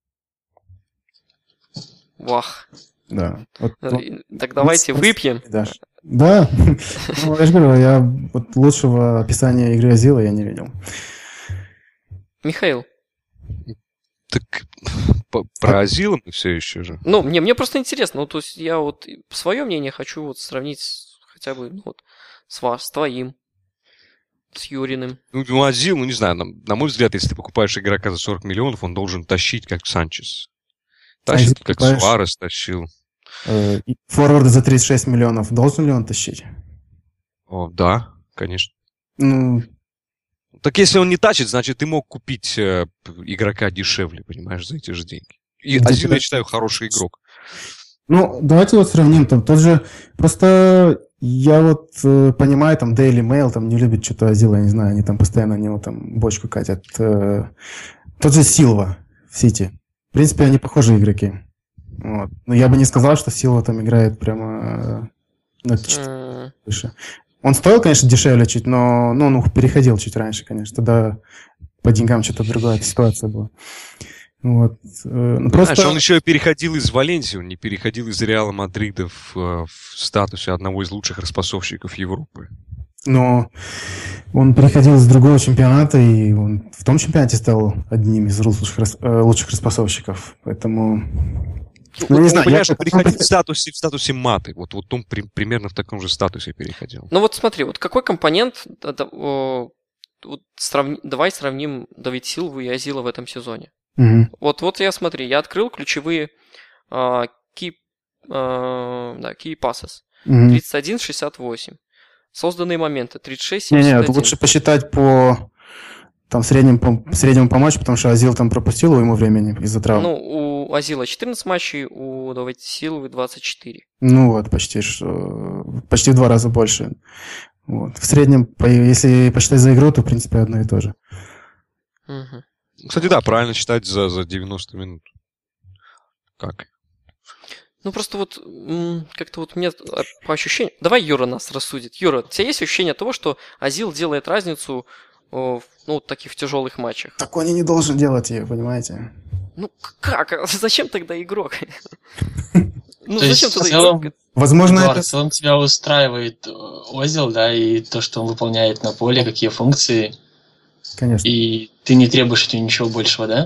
Вах.
Да.
Так давайте выпьем.
Да. Я же говорю, я лучшего описания игры Азила я не видел.
Михаил.
Так про Азила мы все еще же.
Мне просто интересно. То есть я свое мнение хочу сравнить хотя бы с твоим, с Юриным.
Азил, не знаю, на мой взгляд, если ты покупаешь игрока за 40 миллионов, он должен тащить, как Санчес. Тащит, как Суарес тащил.
Форварда за 36 миллионов должен ли он тащить?
Да, конечно. Так если он не тащит, значит, ты мог купить игрока дешевле, понимаешь, за эти же деньги. И Азил, я считаю, хороший игрок.
Давайте сравним. Тот же... Просто я понимаю, Daily Mail не любит что-то Азила, я не знаю, они постоянно на него бочку катят. Тот же Силва в Сити. В принципе, они похожие игроки. Но я бы не сказал, что Силва играет прямо на выше. Он стоил, конечно, дешевле чуть, но он переходил чуть раньше, конечно. Тогда по деньгам что-то другая ситуация была. Вот.
Просто... Знаешь, он еще переходил из Валенсии, он не переходил из Реала Мадрида в статусе одного из лучших распасовщиков Европы.
Но он переходил из другого чемпионата, и он в том чемпионате стал одним из лучших распасовщиков. Поэтому...
не знаю, понимаешь, он переходил в статусе маты. Вот он примерно в таком же статусе переходил.
Ну вот смотри, вот какой компонент... Давай сравним Давид Силву и Азила в этом сезоне.
Угу.
Вот я смотри, я открыл ключевые key passes. 31-68. Созданные моменты 36-71.
Нет, лучше посчитать по среднему по матчу, потому что Азил там пропустил ему времени из-за травмы.
Ну, у Азила 14 матчей, у Давида Силвы 24.
Ну вот, почти в 2 раза больше. Вот. В среднем, если посчитать за игру, то в принципе одно и то же.
Угу.
Кстати, да, правильно считать за 90 минут. Как?
Ну, просто вот как-то вот мне по ощущениям... Давай Юра нас рассудит. Юра, у тебя есть ощущение того, что Азил делает разницу в таких тяжелых матчах?
Так он и не должен делать ее, понимаете?
Ну, как? Зачем тогда игрок?
Ну, зачем тогда игрок?
Возможно,
Эдуард, в целом тебя устраивает Озил, да, и то, что он выполняет на поле, какие функции.
Конечно.
И ты не требуешь от него ничего большего, да?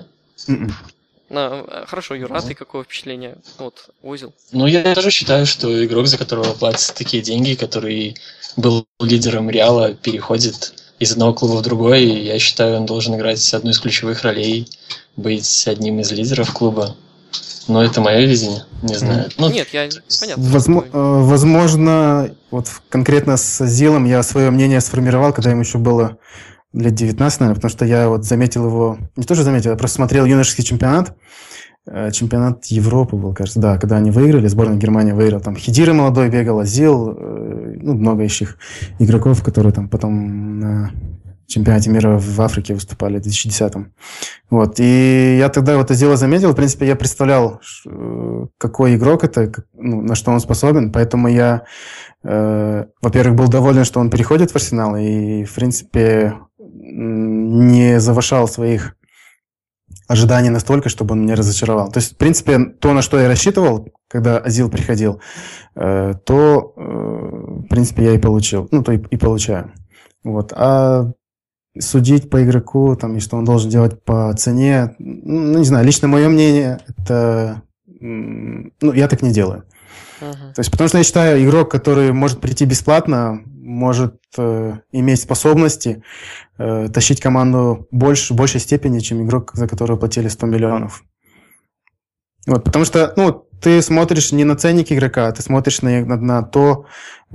Хорошо, Юра, а ты какое впечатление от Озил?
Ну, я тоже считаю, что игрок, за которого платятся такие деньги, который был лидером Реала, переходит из одного клуба в другой, и я считаю, он должен играть одну из ключевых ролей, быть одним из лидеров клуба. Но это мое видение, не знаю.
Нет, понятно.
Возможно, вот конкретно с Азилом я свое мнение сформировал, когда ему еще было лет 19, наверное, потому что я вот заметил его, не тоже заметил, я просто смотрел юношеский чемпионат Европы был, кажется, да, когда они выиграли, сборная Германии выиграла, там Хидиры молодой бегал, Азил, много еще игроков, которые там потом на чемпионате мира в Африке выступали в 2010-м. Вот, и я тогда вот Азила заметил, в принципе, я представлял, какой игрок это, на что он способен, поэтому я, во-первых, был доволен, что он переходит в Арсенал, и, в принципе, не завышал своих ожиданий настолько, чтобы он меня разочаровал. То есть, в принципе, то, на что я рассчитывал, когда Азил приходил, то, в принципе, я и получил. Ну, то и получаю. Вот. А судить по игроку, там, и что он должен делать по цене, ну, не знаю, лично мое мнение, это... Ну, я так не делаю. То есть, потому что я считаю, игрок, который может прийти бесплатно, может иметь способности тащить команду в большей степени, чем игрок, за которого платили 100 миллионов. Вот, потому что, ты смотришь не на ценник игрока, ты смотришь на то,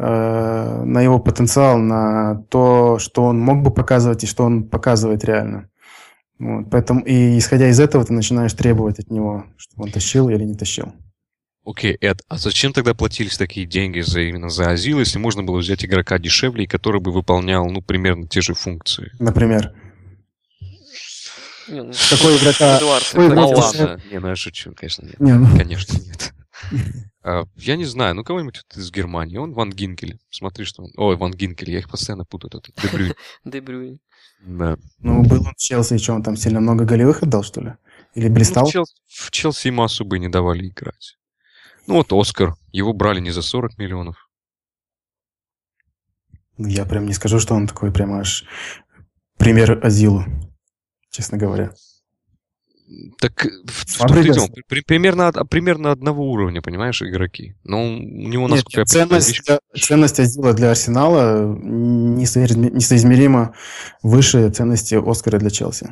на его потенциал, на то, что он мог бы показывать и что он показывает реально. Вот, поэтому, и исходя из этого, ты начинаешь требовать от него, чтобы он тащил или не тащил.
Окей, Эд, а зачем тогда платились такие деньги именно за Азил, если можно было взять игрока дешевле, который бы выполнял, примерно те же функции?
Например?
Какой игрока? Эдуард,
ладно. Я шучу, конечно, нет. Конечно, нет. Я не знаю, кого-нибудь из Германии. Он Ван Гинкель. Смотри, что он... Ой, Ван Гинкель, я их постоянно путаю. Де Брюйн.
Де Брюйн.
Да.
Был он в Челси, и что, он там сильно много голевых отдал, что ли? Или блистал?
В Челси ему особо и не давали играть. Оскар. Его брали не за 40 миллионов.
Я прям не скажу, что он такой прям аж пример Азилу, честно говоря.
Так примерно одного уровня, понимаешь, игроки. Но у него, насколько я понимаю...
Ценность Азила для Арсенала несоизмеримо выше ценности Оскара для Челси.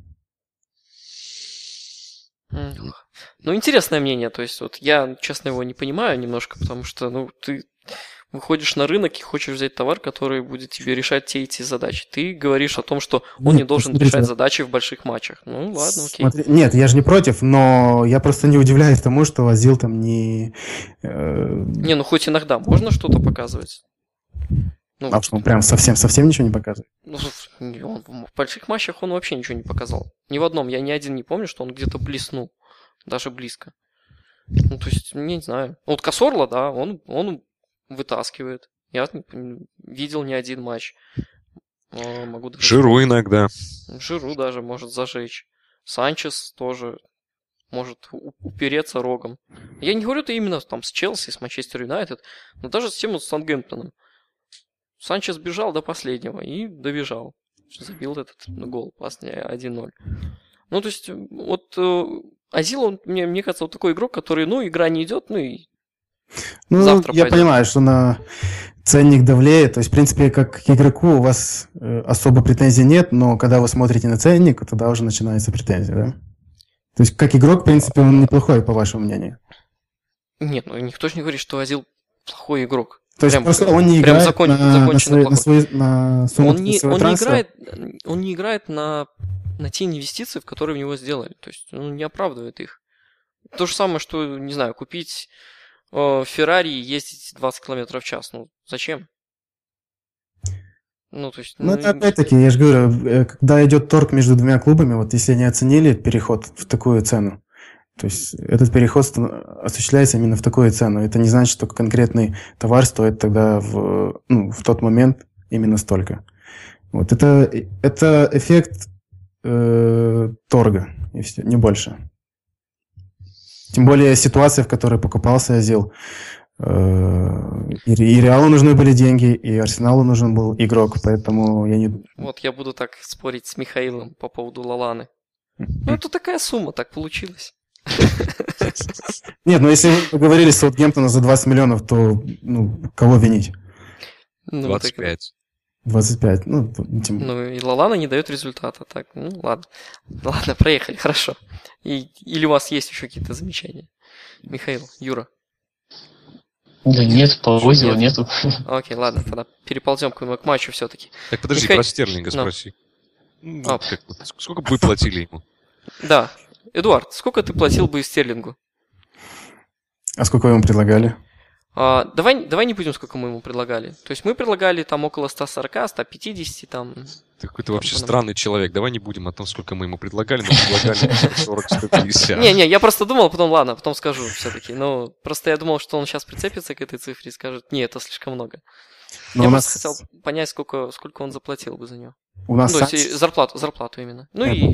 Интересное мнение. То есть, вот я, честно, его не понимаю немножко, потому что, ты выходишь на рынок и хочешь взять товар, который будет тебе решать те и те задачи. Ты говоришь о том, что он не должен решать задачи в больших матчах. Ну, ладно, окей.
Нет, я же не против, но я просто не удивляюсь тому, что Азил там не...
хоть иногда можно что-то показывать.
А что, он прям совсем ничего не показывает?
В больших матчах он вообще ничего не показал. Ни в одном. Я ни один не помню, что он где-то блеснул. Даже близко. То есть, не знаю. Вот Касорла, да, он вытаскивает. Я видел не один матч. Могу даже
Жиру иногда.
Жиру даже может зажечь. Санчес тоже может упереться рогом. Я не говорю это именно там с Челси, с Манчестер Юнайтед, но даже с тем вот с Саутгемптоном. Санчес бежал до последнего и добежал. Забил этот гол, пасня 1-0. Ну, то есть, вот Азил, он, мне кажется, вот такой игрок, который, игра не идет, и завтра
я
пойдет.
понимаю, что на ценник давлеет. То есть, в принципе, как к игроку у вас особо претензий нет, но когда вы смотрите на ценник, тогда уже начинается претензия, да? То есть, как игрок, в принципе, он неплохой, по вашему мнению.
Нет, никто же не говорит, что Азил плохой игрок.
То есть, просто он не играет на сумму
он не играет на те инвестиции, в которые в него сделали. То есть, он не оправдывает их. То же самое, что, не знаю, купить Феррари и ездить 20 км в час. Зачем? То есть...
это опять-таки, я же говорю, когда идет торг между двумя клубами, вот если они оценили переход в такую цену, то есть этот переход осуществляется именно в такую цену. Это не значит, что конкретный товар стоит тогда в тот момент именно столько. Вот это эффект торга, и все, не больше. Тем более ситуация, в которой покупался Азил. И Реалу нужны были деньги, и Арсеналу нужен был игрок, поэтому я не...
Вот я буду так спорить с Михаилом по поводу Лаланы. Это такая сумма, так получилось.
Нет, если вы поговорили с Саутгемптоном за 20 миллионов, то кого винить?
25.
25.
И Лалана не дает результата. Так, ладно. Ладно, проехали, хорошо. Или у вас есть еще какие-то замечания? Михаил, Юра.
Да нет, по Озилу нету.
Окей, ладно, тогда переползем к матчу все-таки.
Так подожди, про Стерлинга спроси. Сколько бы вы платили ему?
Да. Эдуард, сколько ты платил бы Стерлингу?
А сколько вы ему предлагали?
Давай не будем, сколько мы ему предлагали. То есть мы предлагали там около 140, 150 там.
Ты какой-то вообще странный человек. Давай не будем о том, сколько мы ему предлагали, но предлагали 40-150.
Не, я просто думал, потом скажу все-таки. Но просто я думал, что он сейчас прицепится к этой цифре и скажет, не, это слишком много. Я просто хотел понять, сколько он заплатил бы за него. То есть зарплату именно.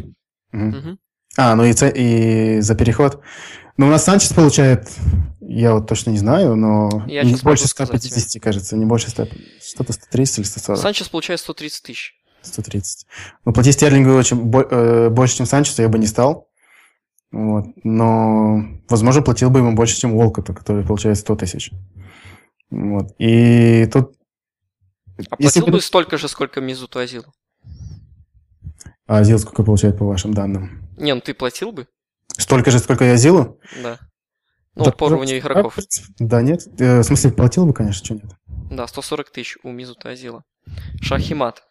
И за переход. У нас Санчес получает, я вот точно не знаю, но не больше 150, кажется, не больше 100, что-то 130 или 140.
Санчес получает 130 тысяч.
130. Платить Стерлингу больше, чем Санчесу, я бы не стал. Вот. Но, возможно, платил бы ему больше, чем Уолкотту, который получает 100 тысяч. Вот. И тут...
А платил бы столько же, сколько Мезуту Азилу?
А Азил сколько получает, по вашим данным?
Не, ты платил бы?
Столько же, сколько и Азилу?
Да. По уровню игроков.
Да, нет. В смысле, платил бы, конечно, что нет.
Да, 140 тысяч у Мезута Азила. Шахимат.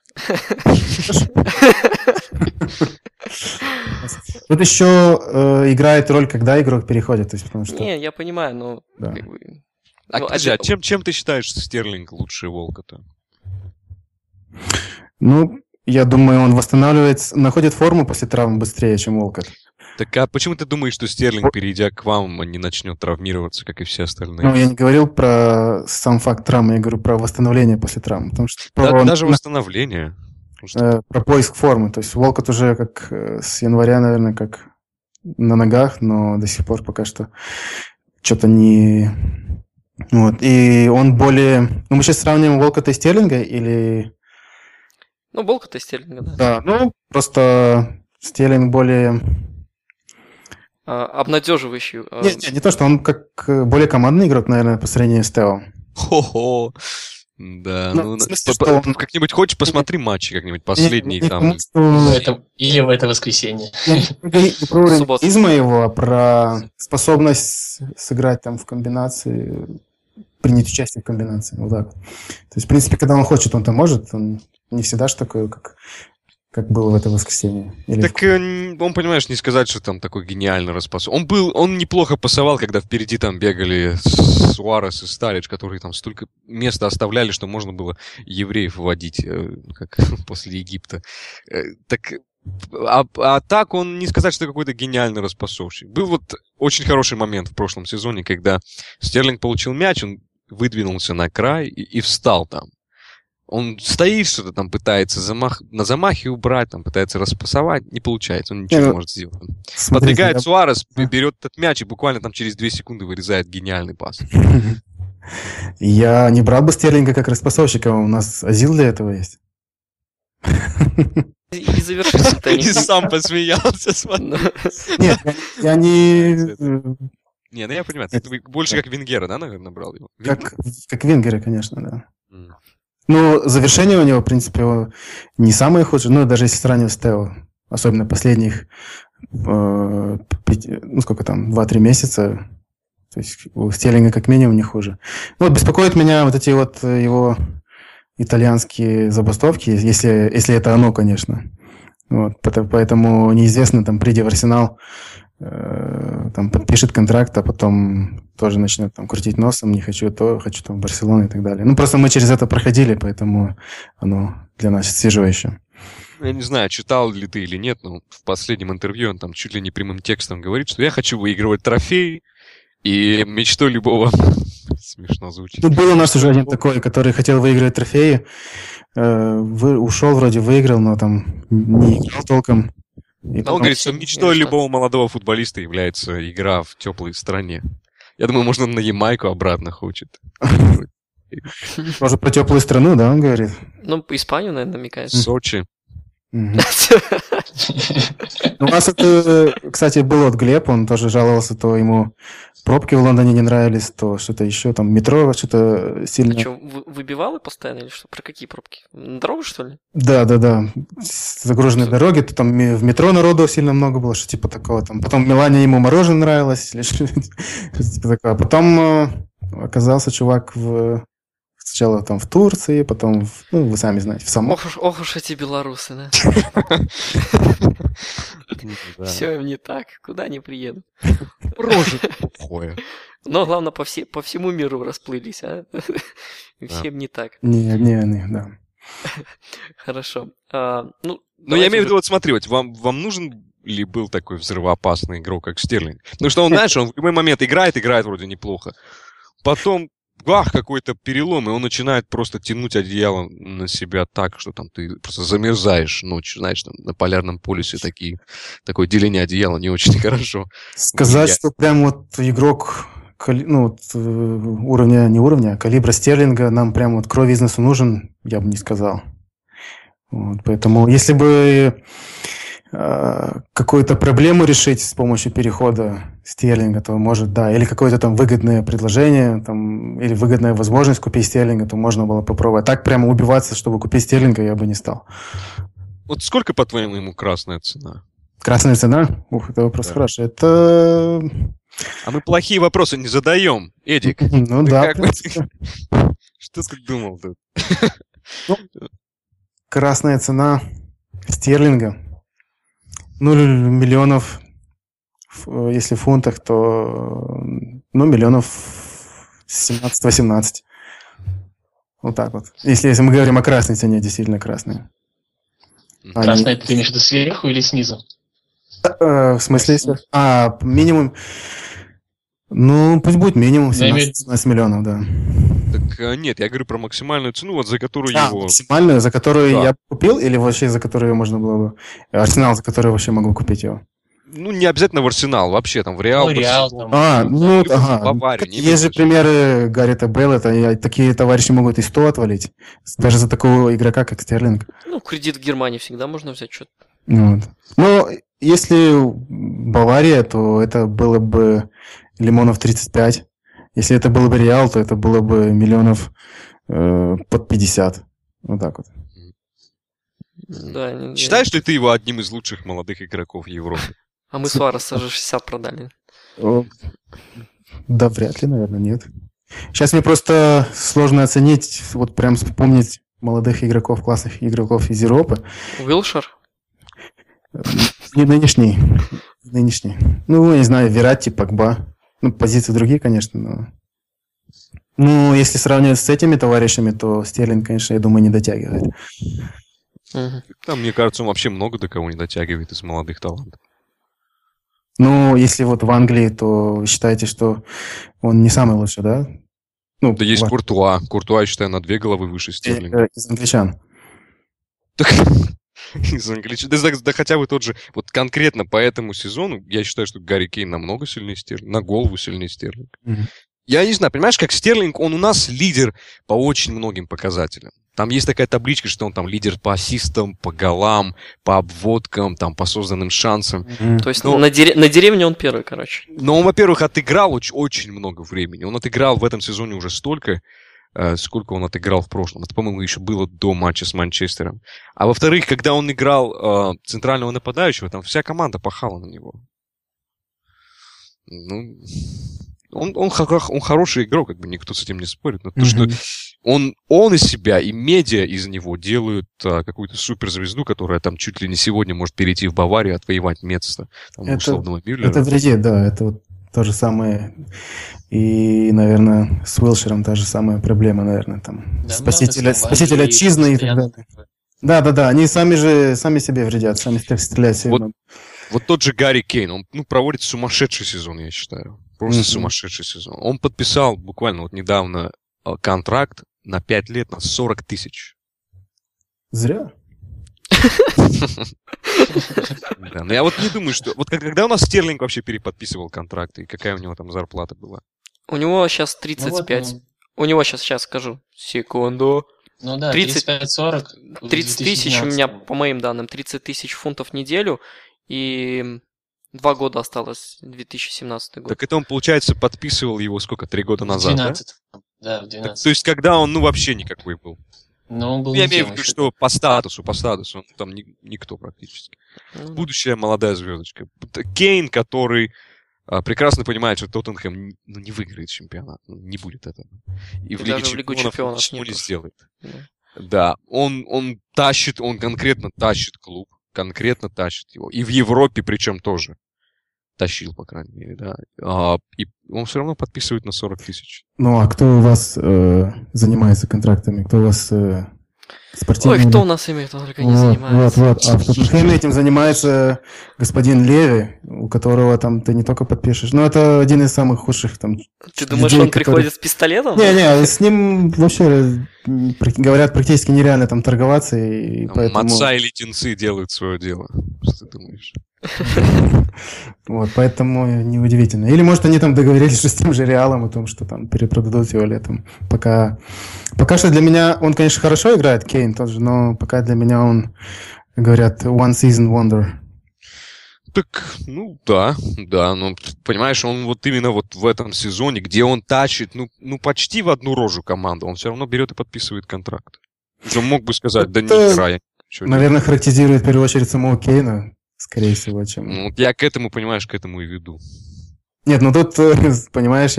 Тут еще играет роль, когда игрок переходит. То есть, потому что...
Не, я понимаю, но...
Да.
Чем ты считаешь, что Стерлинг лучше Уолкотта?
Я думаю, он восстанавливается, находит форму после травм быстрее, чем Уолкотт.
Так а почему ты думаешь, что Стерлинг, перейдя к вам, не начнет травмироваться, как и все остальные?
Я не говорил про сам факт травмы, я говорю про восстановление после травмы. Потому что
даже восстановление.
Про поиск формы. То есть Уолкотт уже как с января, наверное, как на ногах, но до сих пор пока что что-то не... Вот. И он более... мы сейчас сравниваем Уолкотта и Стерлинга или...
Уолкотта и Стерлинга, да.
Да, просто Стерлинг более...
обнадеживающий.
Не то, что он как более командный игрок, наверное, по сравнению с Тео.
Хо-хо. Да, как-нибудь хочешь, посмотри матчи как-нибудь последний там.
Или в это воскресенье.
Не про уровень изма его, а про способность сыграть там в комбинации, принять участие в комбинации. Вот так. То есть, в принципе, когда он хочет, он-то может. Он не всегда же такой, как было в это воскресенье.
Он, понимаешь, не сказать, что там такой гениальный распас. Он неплохо пасовал, когда впереди там бегали Суарес и Старидж, которые там столько места оставляли, что можно было евреев вводить, как после Египта. А так он не сказать, что какой-то гениальный распасовщик. Был вот очень хороший момент в прошлом сезоне, когда Стерлинг получил мяч, он выдвинулся на край и встал там. Он стоит, что-то там пытается на замахе убрать, там пытается распасовать, не получается, он ничего не может сделать. Подбегает Суарес, берет этот мяч и буквально там через 2 секунды вырезает гениальный пас.
Я не брал бы Стерлинга как распасовщика, у нас Азил для этого есть.
И завершится-то
И сам посмеялся.
Нет, я не...
Не, ну я понимаю, ты больше как Венгера, да, наверное, брал его?
Как Венгера, конечно, да. Ну, завершение у него, в принципе, не самое худшее, ну, даже если сравнивать с Тео, особенно последних, ну, сколько там, 2-3 месяца, то есть у Стерлинга как минимум не хуже. Ну, вот беспокоит меня вот эти вот его итальянские забастовки, если это оно, конечно. Вот, поэтому неизвестно, там, придя в Арсенал, там, подпишет контракт, а потом тоже начнет там крутить носом, не хочу то, хочу там Барселону и так далее. Ну, просто мы через это проходили, поэтому оно для нас свежее еще.
Я не знаю, читал ли ты или нет, но в последнем интервью он там чуть ли не прямым текстом говорит, что я хочу выигрывать трофеи, и мечтой любого... Смешно звучит.
Ну, был у нас уже один такой, который хотел выиграть трофеи, ушел, вроде выиграл, но там не играл толком.
Он говорит, что мечтой любого молодого футболиста является игра в теплой стране. Я думаю, можно на Ямайку обратно хочет.
Тоже про теплую страну, да, он говорит?
Ну, по Испанию, наверное, намекает.
Сочи.
У нас это, кстати, был вот Глеб, он тоже жаловался, то ему пробки в Лондоне не нравились, то что-то еще, там метро что-то сильно...
А что, выбивало постоянно или что? Про какие пробки? На дорогу, что ли?
Да. Загруженные дороги, то там в метро народу сильно много было, что типа такого там. Потом в Милане ему мороженое нравилось, или что-то типа такого. Потом оказался чувак сначала там в Турции, потом, ну, вы сами знаете, в самом...
Ох уж эти белорусы, да? Все им не так, куда они приедут.
Рожи плохое.
Но главное, по всему миру расплылись, а? Всем не так.
Не, да.
Хорошо.
Ну, я имею в виду, вот смотри, вот вам нужен ли был такой взрывоопасный игрок, как Стерлинг? Потому что он, знаешь, он в любой момент играет вроде неплохо. Потом какой-то перелом, и он начинает просто тянуть одеяло на себя так, что там ты просто замерзаешь ночью, знаешь, там на полярном полюсе такое деление одеяла не очень хорошо.
Сказать, что прям вот игрок, ну, вот, не уровня, а калибра Стерлинга нам прям вот кровь из носу нужен, я бы не сказал. Вот, поэтому если бы какую-то проблему решить с помощью перехода Стерлинга, то может, да, или какое-то там выгодное предложение, там, или выгодная возможность купить Стерлинга, то можно было попробовать. Так прямо убиваться, чтобы купить Стерлинга, я бы не стал.
Вот сколько, по-твоему, ему красная цена?
Красная цена? Ух, это вопрос хороший. Это...
А мы плохие вопросы не задаем, Эдик.
Ну да.
Что ты думал тут?
Красная цена Стерлинга. 0 миллионов, если в фунтах, то миллионов 17-18. Вот так вот. Если мы говорим о красной цене, действительно красной.
Красная, ты имеешь в виду сверху или снизу?
В смысле? Минимум... Ну, пусть будет минимум 17 миллионов, да.
Так нет, я говорю про максимальную цену, вот за которую его...
Максимальную, за которую я купил, или вообще за которую можно было бы... Арсенал, за который вообще могу купить его?
Ну, не обязательно в Арсенал, вообще там в Реал.
Есть же примеры Гаррита Бейла, такие товарищи могут и 100 отвалить, даже за такого игрока, как Стерлинг.
Ну, кредит в Германии всегда можно взять что-то.
Вот. Но если Бавария, то это было бы лимонов 35. Если это был бы Реал, то это было бы миллионов под 50. Вот так вот.
Да,
считаешь ли ты его одним из лучших молодых игроков Европы?
А мы Суареса за 60 продали.
Да, вряд ли, наверное, нет. Сейчас мне просто сложно оценить, вот прям вспомнить молодых игроков, классных игроков из Европы.
Уилшер?
Не нынешний. Ну, я не знаю, Вератти, Погба. Ну, позиции другие, конечно, но... Ну, если сравнивать с этими товарищами, то Стерлинг, конечно, я думаю, не дотягивает.
Там, мне кажется, он вообще много до кого не дотягивает из молодых талантов.
Ну, если вот в Англии, то вы считаете, что он не самый лучший, да? Ну,
Да есть Куртуа. Куртуа, я считаю, на 2 головы выше Стерлинга.
Из англичан.
Так, из англичан. Да хотя бы тот же... Вот конкретно по этому сезону, я считаю, что Гарри Кейн намного сильнее Стерлинга. На голову сильнее Стерлинга. Я не знаю, понимаешь, как Стерлинг, он у нас лидер по очень многим показателям. Там есть такая табличка, что он там лидер по ассистам, по голам, по обводкам, там, по созданным шансам.
То есть на деревне он первый, короче.
Но он, во-первых, отыграл очень много времени. Он отыграл в этом сезоне уже столько, сколько он отыграл в прошлом. Это, по-моему, еще было до матча с Манчестером. А во-вторых, когда он играл центрального нападающего, там вся команда пахала на него. Ну... Он хороший игрок, как бы никто с этим не спорит. Но то, что он из себя и медиа из него делают какую-то суперзвезду, которая там чуть ли не сегодня может перейти в Баварию, отвоевать место там, условного Мюллера.
Это вредит, да. Это вот то же самое. И, наверное, с Уилшером та же самая проблема, наверное, там. Да, спаситель отчизны и так далее. Да. Они сами себе вредят, сами стрелять себе.
Вот тот же Гарри Кейн, он проводит сумасшедший сезон, я считаю. Просто сумасшедший сезон. Он подписал буквально вот недавно контракт на 5 лет на 40 тысяч.
Зря.
Да, но я вот не думаю, что... Вот когда у нас Стерлинг вообще переподписывал контракты, и какая у него там зарплата была?
У него сейчас 35. У него сейчас скажу. Секунду.
Ну да, 35-40.
30 тысяч у меня, по моим данным, 30 тысяч фунтов в неделю. И 2 года осталось, 2017 год.
Так это он, получается, подписывал его сколько, 3 года назад,
12. Да, в 12.
Так, то есть, когда он, вообще никакой был.
Но он был
я имею в виду, что по статусу, он там никто практически. Будущая молодая звездочка. Кейн, который прекрасно понимает, что Тоттенхэм не выиграет чемпионат, не будет этого. И в Лиге Чемпионов ничего не сделает. Да, он тащит, он конкретно тащит клуб. Конкретно тащит его. И в Европе причем тоже. Тащил, по крайней мере, да. И он все равно подписывает на 40 тысяч.
Ну, а кто у вас занимается контрактами? Кто у вас спортивный...
Ой, кто у нас ими только не занимается.
Вот. А в Тоттенхэме этим занимается господин Леви, у которого там ты не только подпишешь. Ну, это один из самых худших там...
Ты думаешь, он приходит с пистолетом?
Не, с ним вообще, говорят, практически нереально там торговаться. И поэтому...
Матца и летенцы делают свое дело. Что ты думаешь?
Вот, поэтому неудивительно. Или, может, они там договорились с тем же Реалом о том, что там перепродадут его летом. Пока что для меня он, конечно, хорошо играет, Кейн тот же, но пока для меня он, говорят, one season wonder.
Так, ну да, но понимаешь, он вот именно вот в этом сезоне, где он тащит, ну почти в одну рожу команду, он все равно берет и подписывает контракт. Он мог бы сказать, да не играй.
Наверное, характеризует в первую очередь самого Кейна. Скорее всего, чем...
Ну, я к этому, понимаешь, к этому и веду.
Нет, ну тут, понимаешь,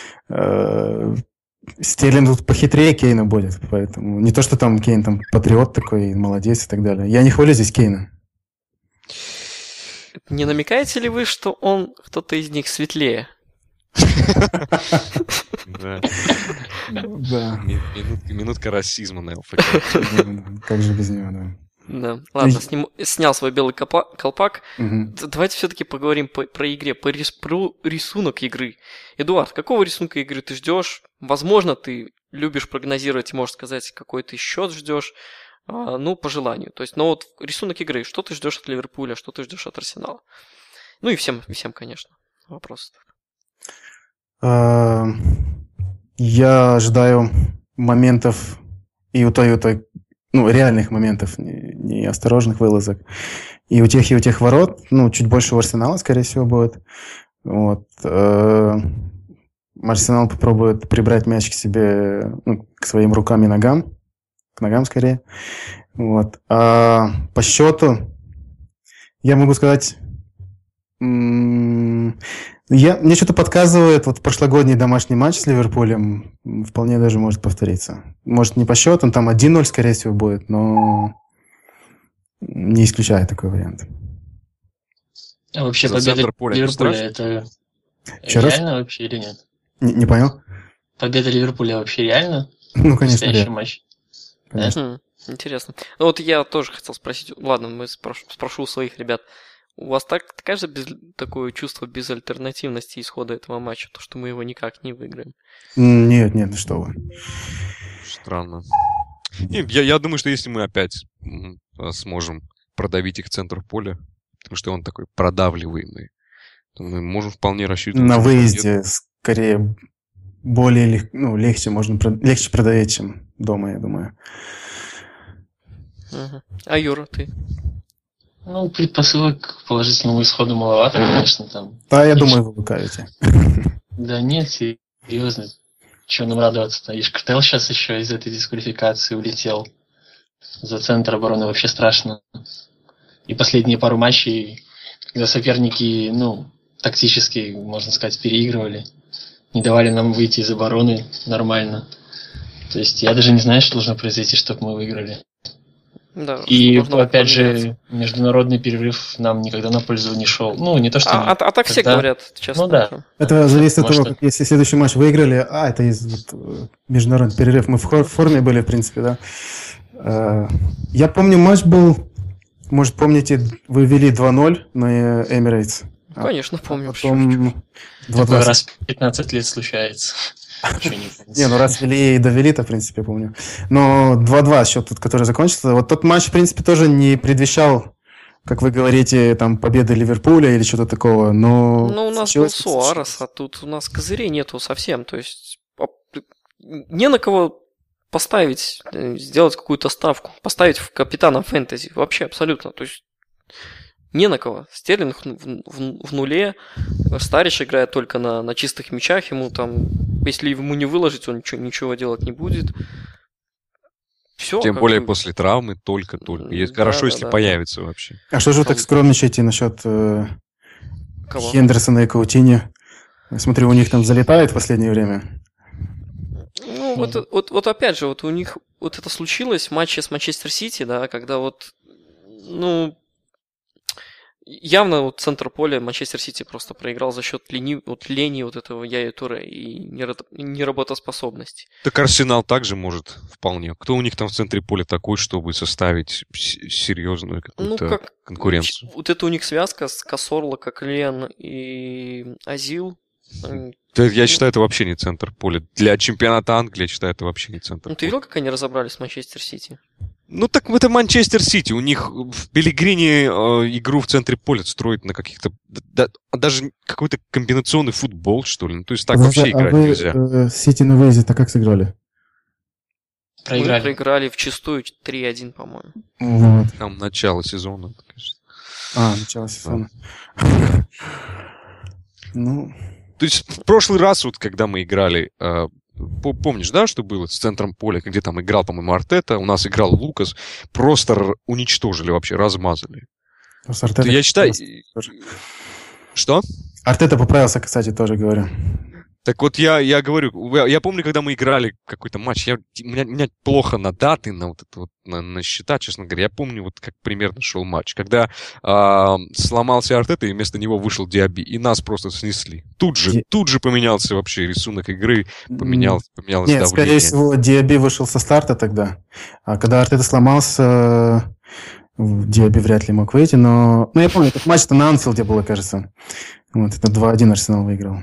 Стерлинг тут похитрее Кейна будет, поэтому... Не то, что там Кейн там патриот такой, молодец и так далее. Я не хвалю здесь Кейна.
Не намекаете ли вы, что он, кто-то из них светлее?
Да. Минутка расизма на ЛФК.
Как же без него, да.
Да, ладно, снял свой белый колпак. Давайте все-таки поговорим про рисунок игры. Эдуард, какого рисунка игры ты ждешь? Возможно, ты любишь прогнозировать и можешь сказать, какой ты счет ждешь. Ну, по желанию. То есть, но вот рисунок игры, что ты ждешь от Ливерпуля, что ты ждешь от Арсенала? Ну и всем, конечно, вопрос.
Я ожидаю моментов и у той, ну, реальных моментов, не осторожных вылазок. И у тех ворот, ну, чуть больше у Арсенала, скорее всего, будет. Вот. Арсенал попробует прибрать мяч к себе, ну, к своим рукам и ногам. К ногам, скорее. Вот. А по счету я могу сказать... Мне что-то подсказывает, вот прошлогодний домашний матч с Ливерпулем вполне даже может повториться. Может, не по счету, он там 1-0, скорее всего, будет, но не исключаю такой вариант.
А вообще победа Ливерпуля это реально вообще или нет?
Не понял?
Победа Ливерпуля вообще реально?
Ну, конечно,
настоящий матч?
Конечно.
Интересно. Ну вот я тоже хотел спросить, ладно, спрошу у своих ребят. У вас такое же такое чувство безальтернативности исхода этого матча, то, что мы его никак не выиграем?
Нет, ну что вы.
Странно. Нет, я думаю, что если мы опять сможем продавить их центр поля, потому что он такой продавливаемый, то мы можем вполне рассчитывать...
На выезде скорее более легче продавить, чем дома, я думаю.
Угу. А Юра, ты?
Ну, предпосылок к положительному исходу маловато, конечно, там.
Да, я думаю, вы лукавите.
Да нет, серьезно. Чего нам радоваться-то? И Шкртел сейчас еще из этой дисквалификации улетел. За центр обороны вообще страшно. И последние пару матчей, когда соперники, тактически, можно сказать, переигрывали, не давали нам выйти из обороны нормально. То есть я даже не знаю, что должно произойти, чтобы мы выиграли.
Да,
и опять же, международный перерыв нам никогда на пользу не шел. Не то, что...
А так все говорят, честно.
Ну да.
Это зависит от того, как, если следующий матч выиграли, это из международный перерыв. Мы в форме были, в принципе, да. Я помню, матч был, может, помните, вы вели 2-0 на Emirates.
Конечно, помню.
Потом
2-2. Раз в 15 лет случается.
Раз вели и довели-то, в принципе, помню. Но 2-2 счет, который закончился. Вот тот матч, в принципе, тоже не предвещал, как вы говорите, там, победы Ливерпуля или что-то такого. Но
у нас был Суарес, а тут у нас козырей нету совсем. То есть не на кого поставить, сделать какую-то ставку, поставить в капитана фэнтези. Вообще абсолютно. То есть не на кого. Стерлинг в нуле. Старич играет только на чистых мячах. Ему там, если ему не выложить, он ничего делать не будет. Все,
тем более после травмы только. Хорошо, если появится вообще.
А что же вы так скромничаете насчет Хендерсона и Каутиньо? Смотрю, у них там залетает в последнее время.
Вот опять же, у них вот это случилось в матче с Манчестер Сити, да, когда явно центр поля Манчестер Сити просто проиграл за счет лени вот этого Яя Туре и неработоспособности.
Так Арсенал также может вполне. Кто у них там в центре поля такой, чтобы составить серьезную какую-то конкуренцию?
Вот это у них связка с Касорло, Коклен и Азил.
Я считаю, это вообще не центр поля. Для чемпионата Англии, я считаю, это вообще не центр поля.
Ты видел, как они разобрались с Манчестер Сити?
Так это Манчестер Сити. У них в Пелегрине игру в центре поля строят на каких-то... даже какой-то комбинационный футбол, что ли. То есть так вообще играть нельзя.
Сити на выезде-то как сыграли?
Мы проиграли вчистую 3-1, по-моему.
Вот.
Там начало сезона, конечно.
Начало сезона.
То есть в прошлый раз, когда мы играли... Помнишь, да, что было с центром поля, где там играл, по-моему, Артета, у нас играл Лукас, просто уничтожили вообще, размазали. Я считаю... Что?
Артета поправился, кстати, тоже говорю.
Так вот, я говорю, я помню, когда мы играли какой-то матч, у меня плохо на даты, на счета, честно говоря. Я помню, как примерно шел матч, когда сломался Артета, и вместо него вышел Диаби, и нас просто снесли. Тут же поменялся вообще рисунок игры, поменялось давление.
Нет, скорее всего, Диаби вышел со старта тогда, а когда Артета сломался, Диаби вряд ли мог выйти, но я помню, этот матч-то на Анфилде было, кажется. Это 2-1 Арсенал выиграл.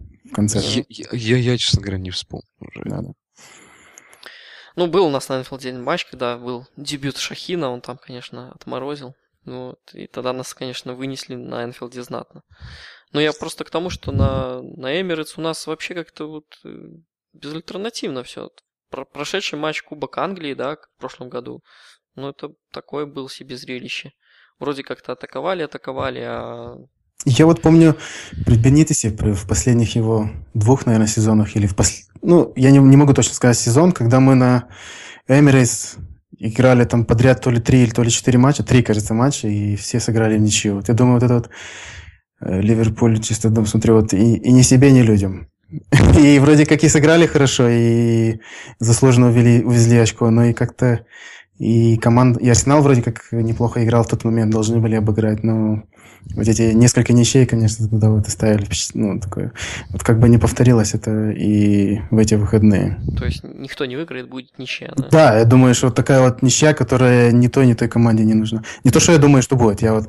Я, честно говоря, не вспомню уже.
Был у нас на Энфилде один матч, когда был дебют Шахина, он там, конечно, отморозил. И тогда нас, конечно, вынесли на Энфилде знатно. Но я просто к тому, что на Эмирейтс у нас вообще как-то безальтернативно все. Прошедший матч Кубок Англии, да, в прошлом году, это такое было себе зрелище. Вроде как-то атаковали, а...
Я помню при Бенитесе в последних его 2, наверное, сезонах, или я не могу точно сказать сезон, когда мы на Эмирейтс играли там подряд то ли 3 или то ли 4 матча, 3, кажется, матча, и все сыграли в ничью. Я думаю, это Ливерпуль, чисто смотрю, и ни себе, ни людям. И вроде как и сыграли хорошо, и заслуженно увезли очко, но и как-то И Арсенал вроде как неплохо играл в тот момент, должны были обыграть, но вот эти несколько ничей, конечно, туда вот оставили, ну, такое, вот как бы не повторилось это и в эти выходные.
То есть никто не выиграет, будет ничья, да?
Да, я думаю, что вот такая вот ничья, которая ни той команде не нужна. Не то, что я думаю, что будет, я вот...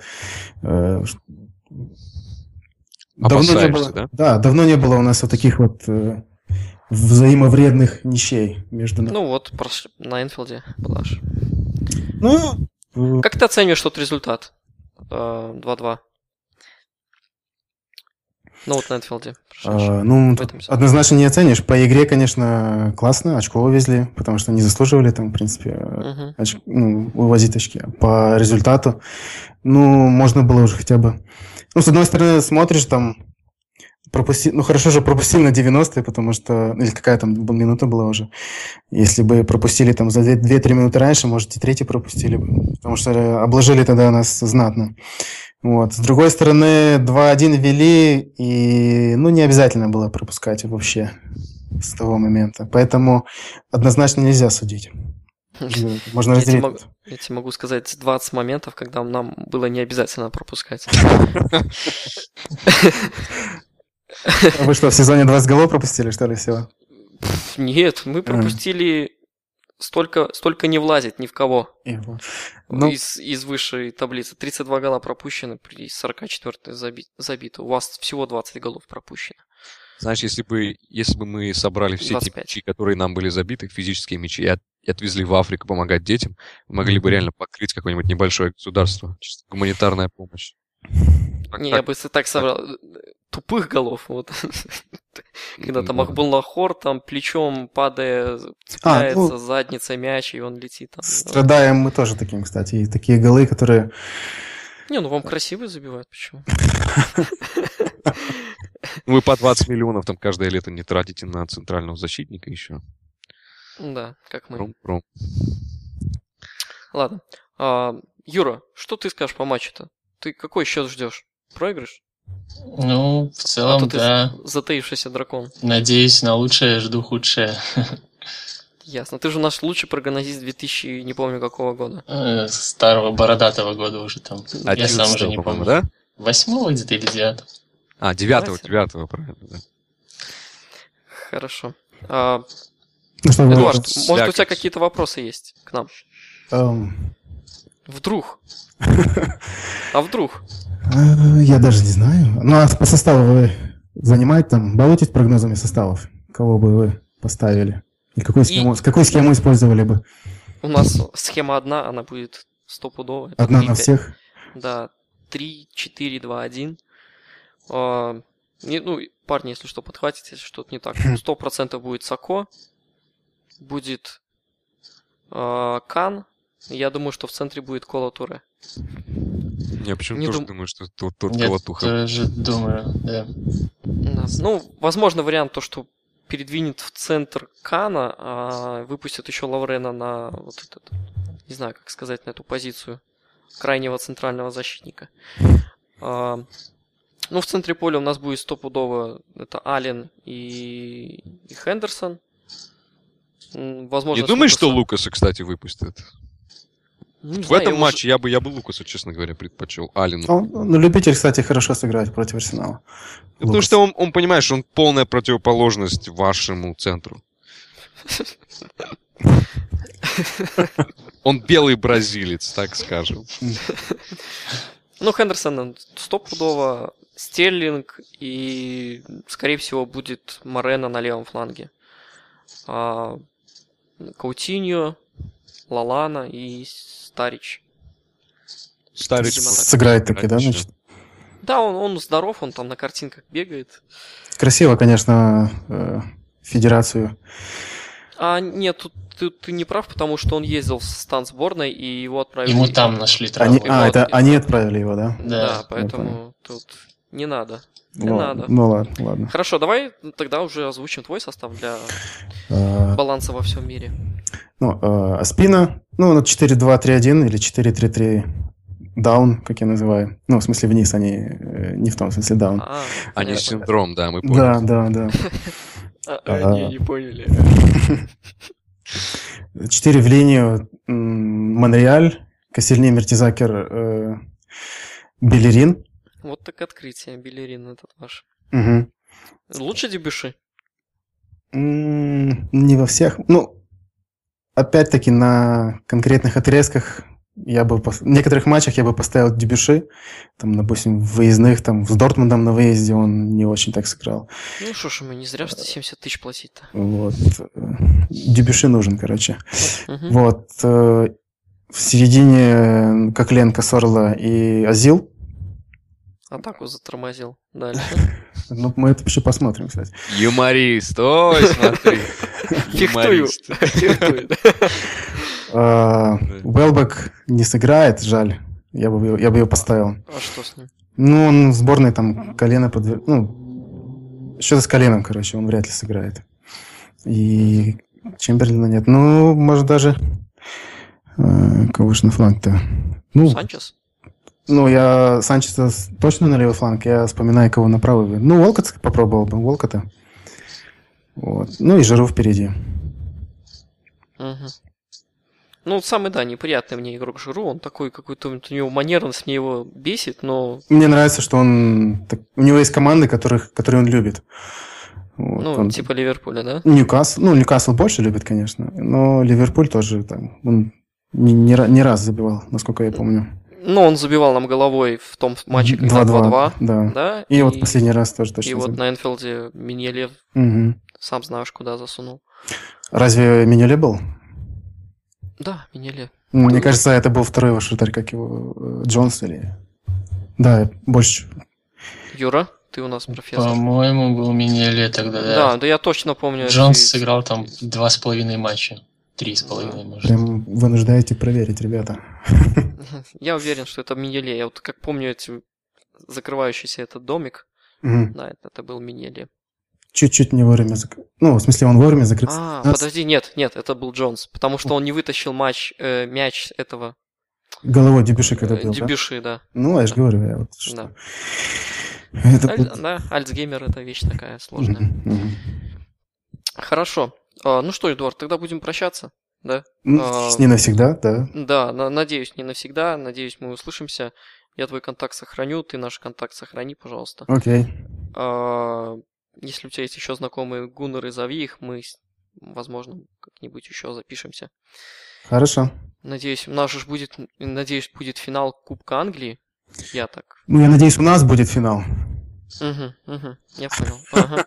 давно не было,
да?
Да, давно не было у нас вот таких вот взаимовредных ничей между нами.
Ну вот, на Энфилде была же.
Ну,
Как ты оцениваешь тот результат? 2-2. Ну вот на Энфилде.
ну, однозначно не оценишь. По игре, конечно, классно, очко увезли, потому что не заслуживали там, в принципе, увозить очки. По результату, ну, можно было уже хотя бы... Ну, с одной стороны, смотришь там, хорошо же пропустили на 90-е, потому что... Или какая там минута была уже. Если бы пропустили там за 2-3 минуты раньше, может, и третий пропустили бы. Потому что обложили тогда нас знатно. Вот. С другой стороны, 2-1 вели, и, не обязательно было пропускать вообще с того момента. Поэтому однозначно нельзя судить. Можно разделить.
Я тебе могу сказать 20 моментов, когда нам было не обязательно пропускать.
Вы что, в сезоне 20 голов пропустили, что ли, всего?
Нет, мы пропустили столько не влазит ни в кого. Из высшей таблицы. 32 гола пропущено, при 44 забито. У вас всего 20 голов пропущено.
Знаешь, если бы мы собрали все 25. Те мячи, которые нам были забиты, физические мячи, и отвезли в Африку помогать детям, мы могли бы реально покрыть какое-нибудь небольшое государство. Чисто гуманитарная помощь.
Я бы так собрал тупых голов. Вот. Когда там Ахбуллахор там плечом падая, цепляется задницей мяч, и он летит. Там,
страдаем мы тоже таким, кстати. И такие голы, которые...
вам красивые забивают, почему?
Вы по 20 миллионов там каждое лето не тратите на центрального защитника еще.
Да, как мы.
Пром.
Ладно. Юра, что ты скажешь по матчу-то? Ты какой счет ждешь? Проигрыш?
Ну, в целом, да.
Затаившийся дракон.
Надеюсь на лучшее, жду худшее.
Ясно. Ты же наш лучший прогнозист 2000, не помню какого года.
Старого бородатого года уже там. Я сам уже не помню.
Да?
8-го где-то или 9-го?
9-го, правильно, да.
Хорошо. Эдуард,
что,
может, у тебя какие-то вопросы есть к нам? Вдруг? А вдруг?
Я даже не знаю. Ну, а по составу вы занимаете там, балуетесь прогнозами составов? Кого бы вы поставили? И какую схему использовали бы?
У нас схема одна, она будет стопудовая.
Одна на всех?
Да, 3-4-2-1. Парни, если что, подхватите, если что-то не так. 100% будет Сако, будет Кан. Я думаю, что в центре будет Коло Туре.
Я почему-то тоже думаю, что тут Колотуха.
Я тоже думаю, да.
Ну, возможно, вариант то, что передвинет в центр Кана, а выпустит еще Лаврена на вот этот, не знаю, как сказать, на эту позицию крайнего центрального защитника. В центре поля у нас будет стопудово это Аллен и Хендерсон. Возможно,
не думаешь, что Лукаса, кстати, выпустят? В этом матче я бы Лукаса, честно говоря, предпочел Аллену.
Он любитель, кстати, хорошо сыграть против Арсенала.
Потому что он, понимаешь, он полная противоположность вашему центру. Он белый бразилец, так скажем.
Хендерсон стопудово, Стерлинг и, скорее всего, будет Морено на левом фланге. Каутиньо, Лалана и Старич.
Старич
сыграет таки, да, значит?
Да, он здоров, он там на картинках бегает.
Красиво, конечно, федерацию.
Нет, тут ты не прав, потому что он ездил в состав сборной, и его отправили...
Ему там нашли травму.
Они отправили его, да?
Да, поэтому тут не надо. Не надо.
Ну ладно.
Хорошо, давай тогда уже озвучим твой состав для баланса во всем мире.
Спина, 4-2-3-1 или 4-3-3 даун, как я называю. В смысле вниз, они не в том смысле даун.
Они синдром, да, мы поняли.
Да.
Они не поняли.
4 в линию Монреаль, Кассельни, Мертизакер, Белерин.
Вот так открытие. Белерин этот ваш.
Угу.
Лучше Дебюши?
Не во всех. Ну, опять-таки, на конкретных отрезках в некоторых матчах я бы поставил Дебюши. Там, допустим, в выездных, там, с Дортмундом на выезде он не очень так сыграл.
Ну, что ж, ему не зря 170 тысяч платить-то.
Вот. Дебюши нужен, короче.
Угу.
Вот. В середине Кокленко, Сорла и Азил.
Атаку затормозил. Дальше.
Ну, мы это еще посмотрим, кстати.
Юморист, ой, смотри.
Фехтую.
Уэлбек не сыграет, жаль. Я бы ее поставил.
А что с ним?
Ну, он в сборной там колено Ну, что-то с коленом, короче, он вряд ли сыграет. И Чемберлина нет. Ну, может, даже... Кого же на фланг-то? Ну,
Санчес?
Ну, я Санчеса точно на левый фланг. Я вспоминаю, кого на правый. Ну, Волкот попробовал бы, Волкота. Вот. Ну, и Жиру впереди.
Угу. Ну, самый, да, неприятный мне игрок Жиру. Он такой какой-то... У него манерность, мне его бесит, но...
Мне нравится, что он... У него есть команды, которые он любит. Вот,
ну,
он...
типа Ливерпуля, да?
Ньюкасл. Ну, Ньюкасл больше любит, конечно. Но Ливерпуль тоже там... Он не раз забивал, насколько я помню.
Ну, он забивал нам головой в том матче, когда 2-2.
Да. И вот последний раз тоже точно.
И вот на Энфилде Миньеле сам знаешь, куда засунул.
Разве Миньеле был?
Да, Миньеле.
Мне кажется, это был второй его шутер, как его, Джонс или... Да, больше...
Юра, ты у нас профессор.
По-моему, был Миньеле тогда, да.
Да, я точно помню.
Джонс сыграл там 2,5 матча. 3,5, может.
Прям вынуждаете проверить, ребята.
Я уверен, что это Миньеле. Я вот как помню эти закрывающийся этот домик. Да, это был Миньеле.
Чуть-чуть не вовремя закрыл. Ну, в смысле, он вовремя закрылся.
Подожди, нет, это был Джонс. Потому что он не вытащил мяч этого...
Головой Дебюши когда бил,
Дебюши, да?
Ну, я же говорю, я вот что...
Да. Да, Альцгеймер — это вещь такая сложная. Хорошо. Ну что, Эдуард, тогда будем прощаться, да?
Не навсегда, да.
Да, надеюсь, не навсегда. Надеюсь, мы услышимся. Я твой контакт сохраню, ты наш контакт сохрани, пожалуйста.
Окей.
Если у тебя есть еще знакомые гуннеры, зови их, мы, возможно, как-нибудь еще запишемся.
Хорошо.
Надеюсь, у нас же будет финал Кубка Англии. Я так.
Ну, я надеюсь, у нас будет финал.
Я понял.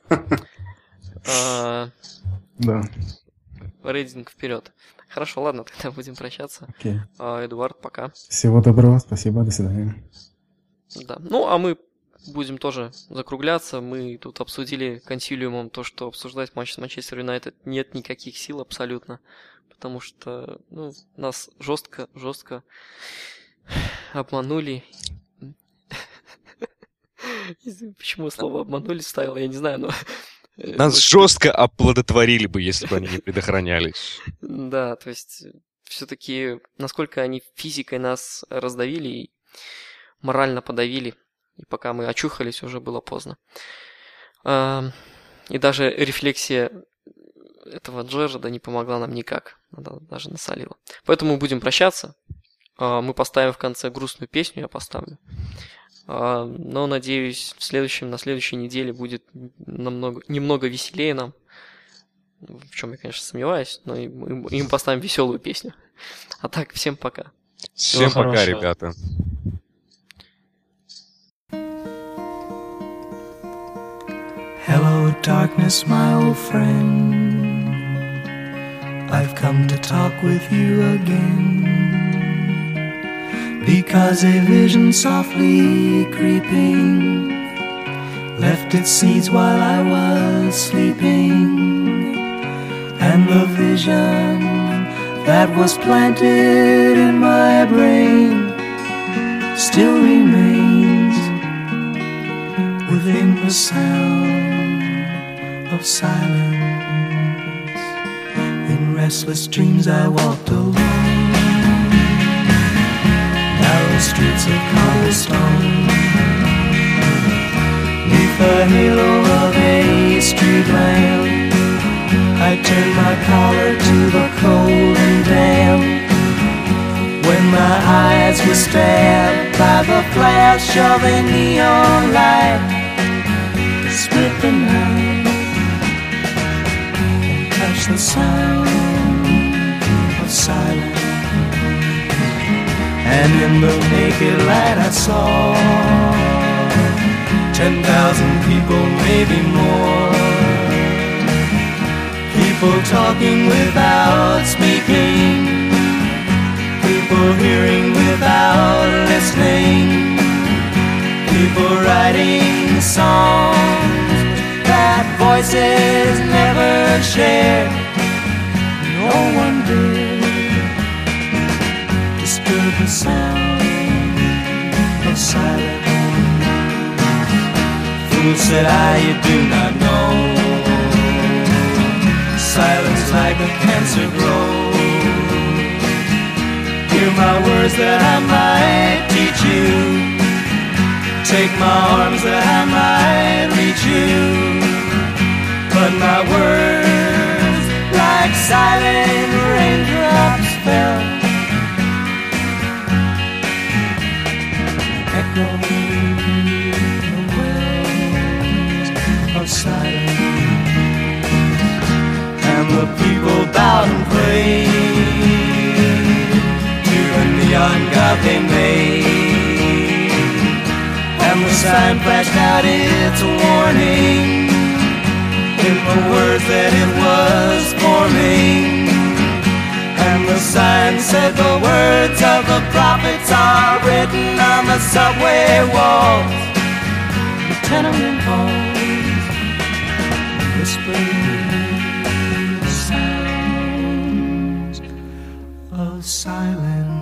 Да.
Рейтинг вперед. Хорошо, ладно, тогда будем прощаться.
Окей.
Эдуард, пока.
Всего доброго, спасибо, до свидания.
Да. Ну, а мы будем тоже закругляться. Мы тут обсудили консилиумом то, что обсуждать матч с Манчестер Юнайтед нет никаких сил абсолютно. Потому что, нас жестко обманули. Почему слово обманули ставил, я не знаю, но...
Нас жестко оплодотворили бы, если бы они не предохранялись.
Да, то есть все-таки насколько они физикой нас раздавили и морально подавили. И пока мы очухались, уже было поздно. И даже рефлексия этого Джерарда не помогла нам никак. Она даже насолила. Поэтому мы будем прощаться. Мы поставим в конце грустную песню, я поставлю. Но, надеюсь, на следующей неделе будет немного веселее нам. В чем я, конечно, сомневаюсь, но им поставим веселую песню. А так, всем пока.
Всем пока,
хорошего.
ребята.
Hello, darkness, my old friend. I've come to talk with you again. Because a vision softly creeping left its seeds while I was sleeping. And the vision that was planted in my brain still remains within the sound of silence. In restless dreams I walked alone, narrow streets of cobblestone, neath the halo of a street lamp. I turned my collar to the cold disturbed by the flash of a neon light. Split the night and catch the sound of silence. And in the naked light I saw 10,000 people, maybe more. People talking without speaking. People hearing without listening. People writing songs that voices never shared. No one did disturb the sound of silence. Fool, said I, you do not know. Silence like a cancer grows. Hear my words that I might teach you. Take my arms that I might reach you. But my words, like silent raindrops, fell, echoing the wells of silence. And the people bowed and prayed to the neon god they made. And the sign flashed out its warning in the words that it was forming. And the sign said the words of the prophets are written on the subway walls, the tenement halls, whispering sounds of silence.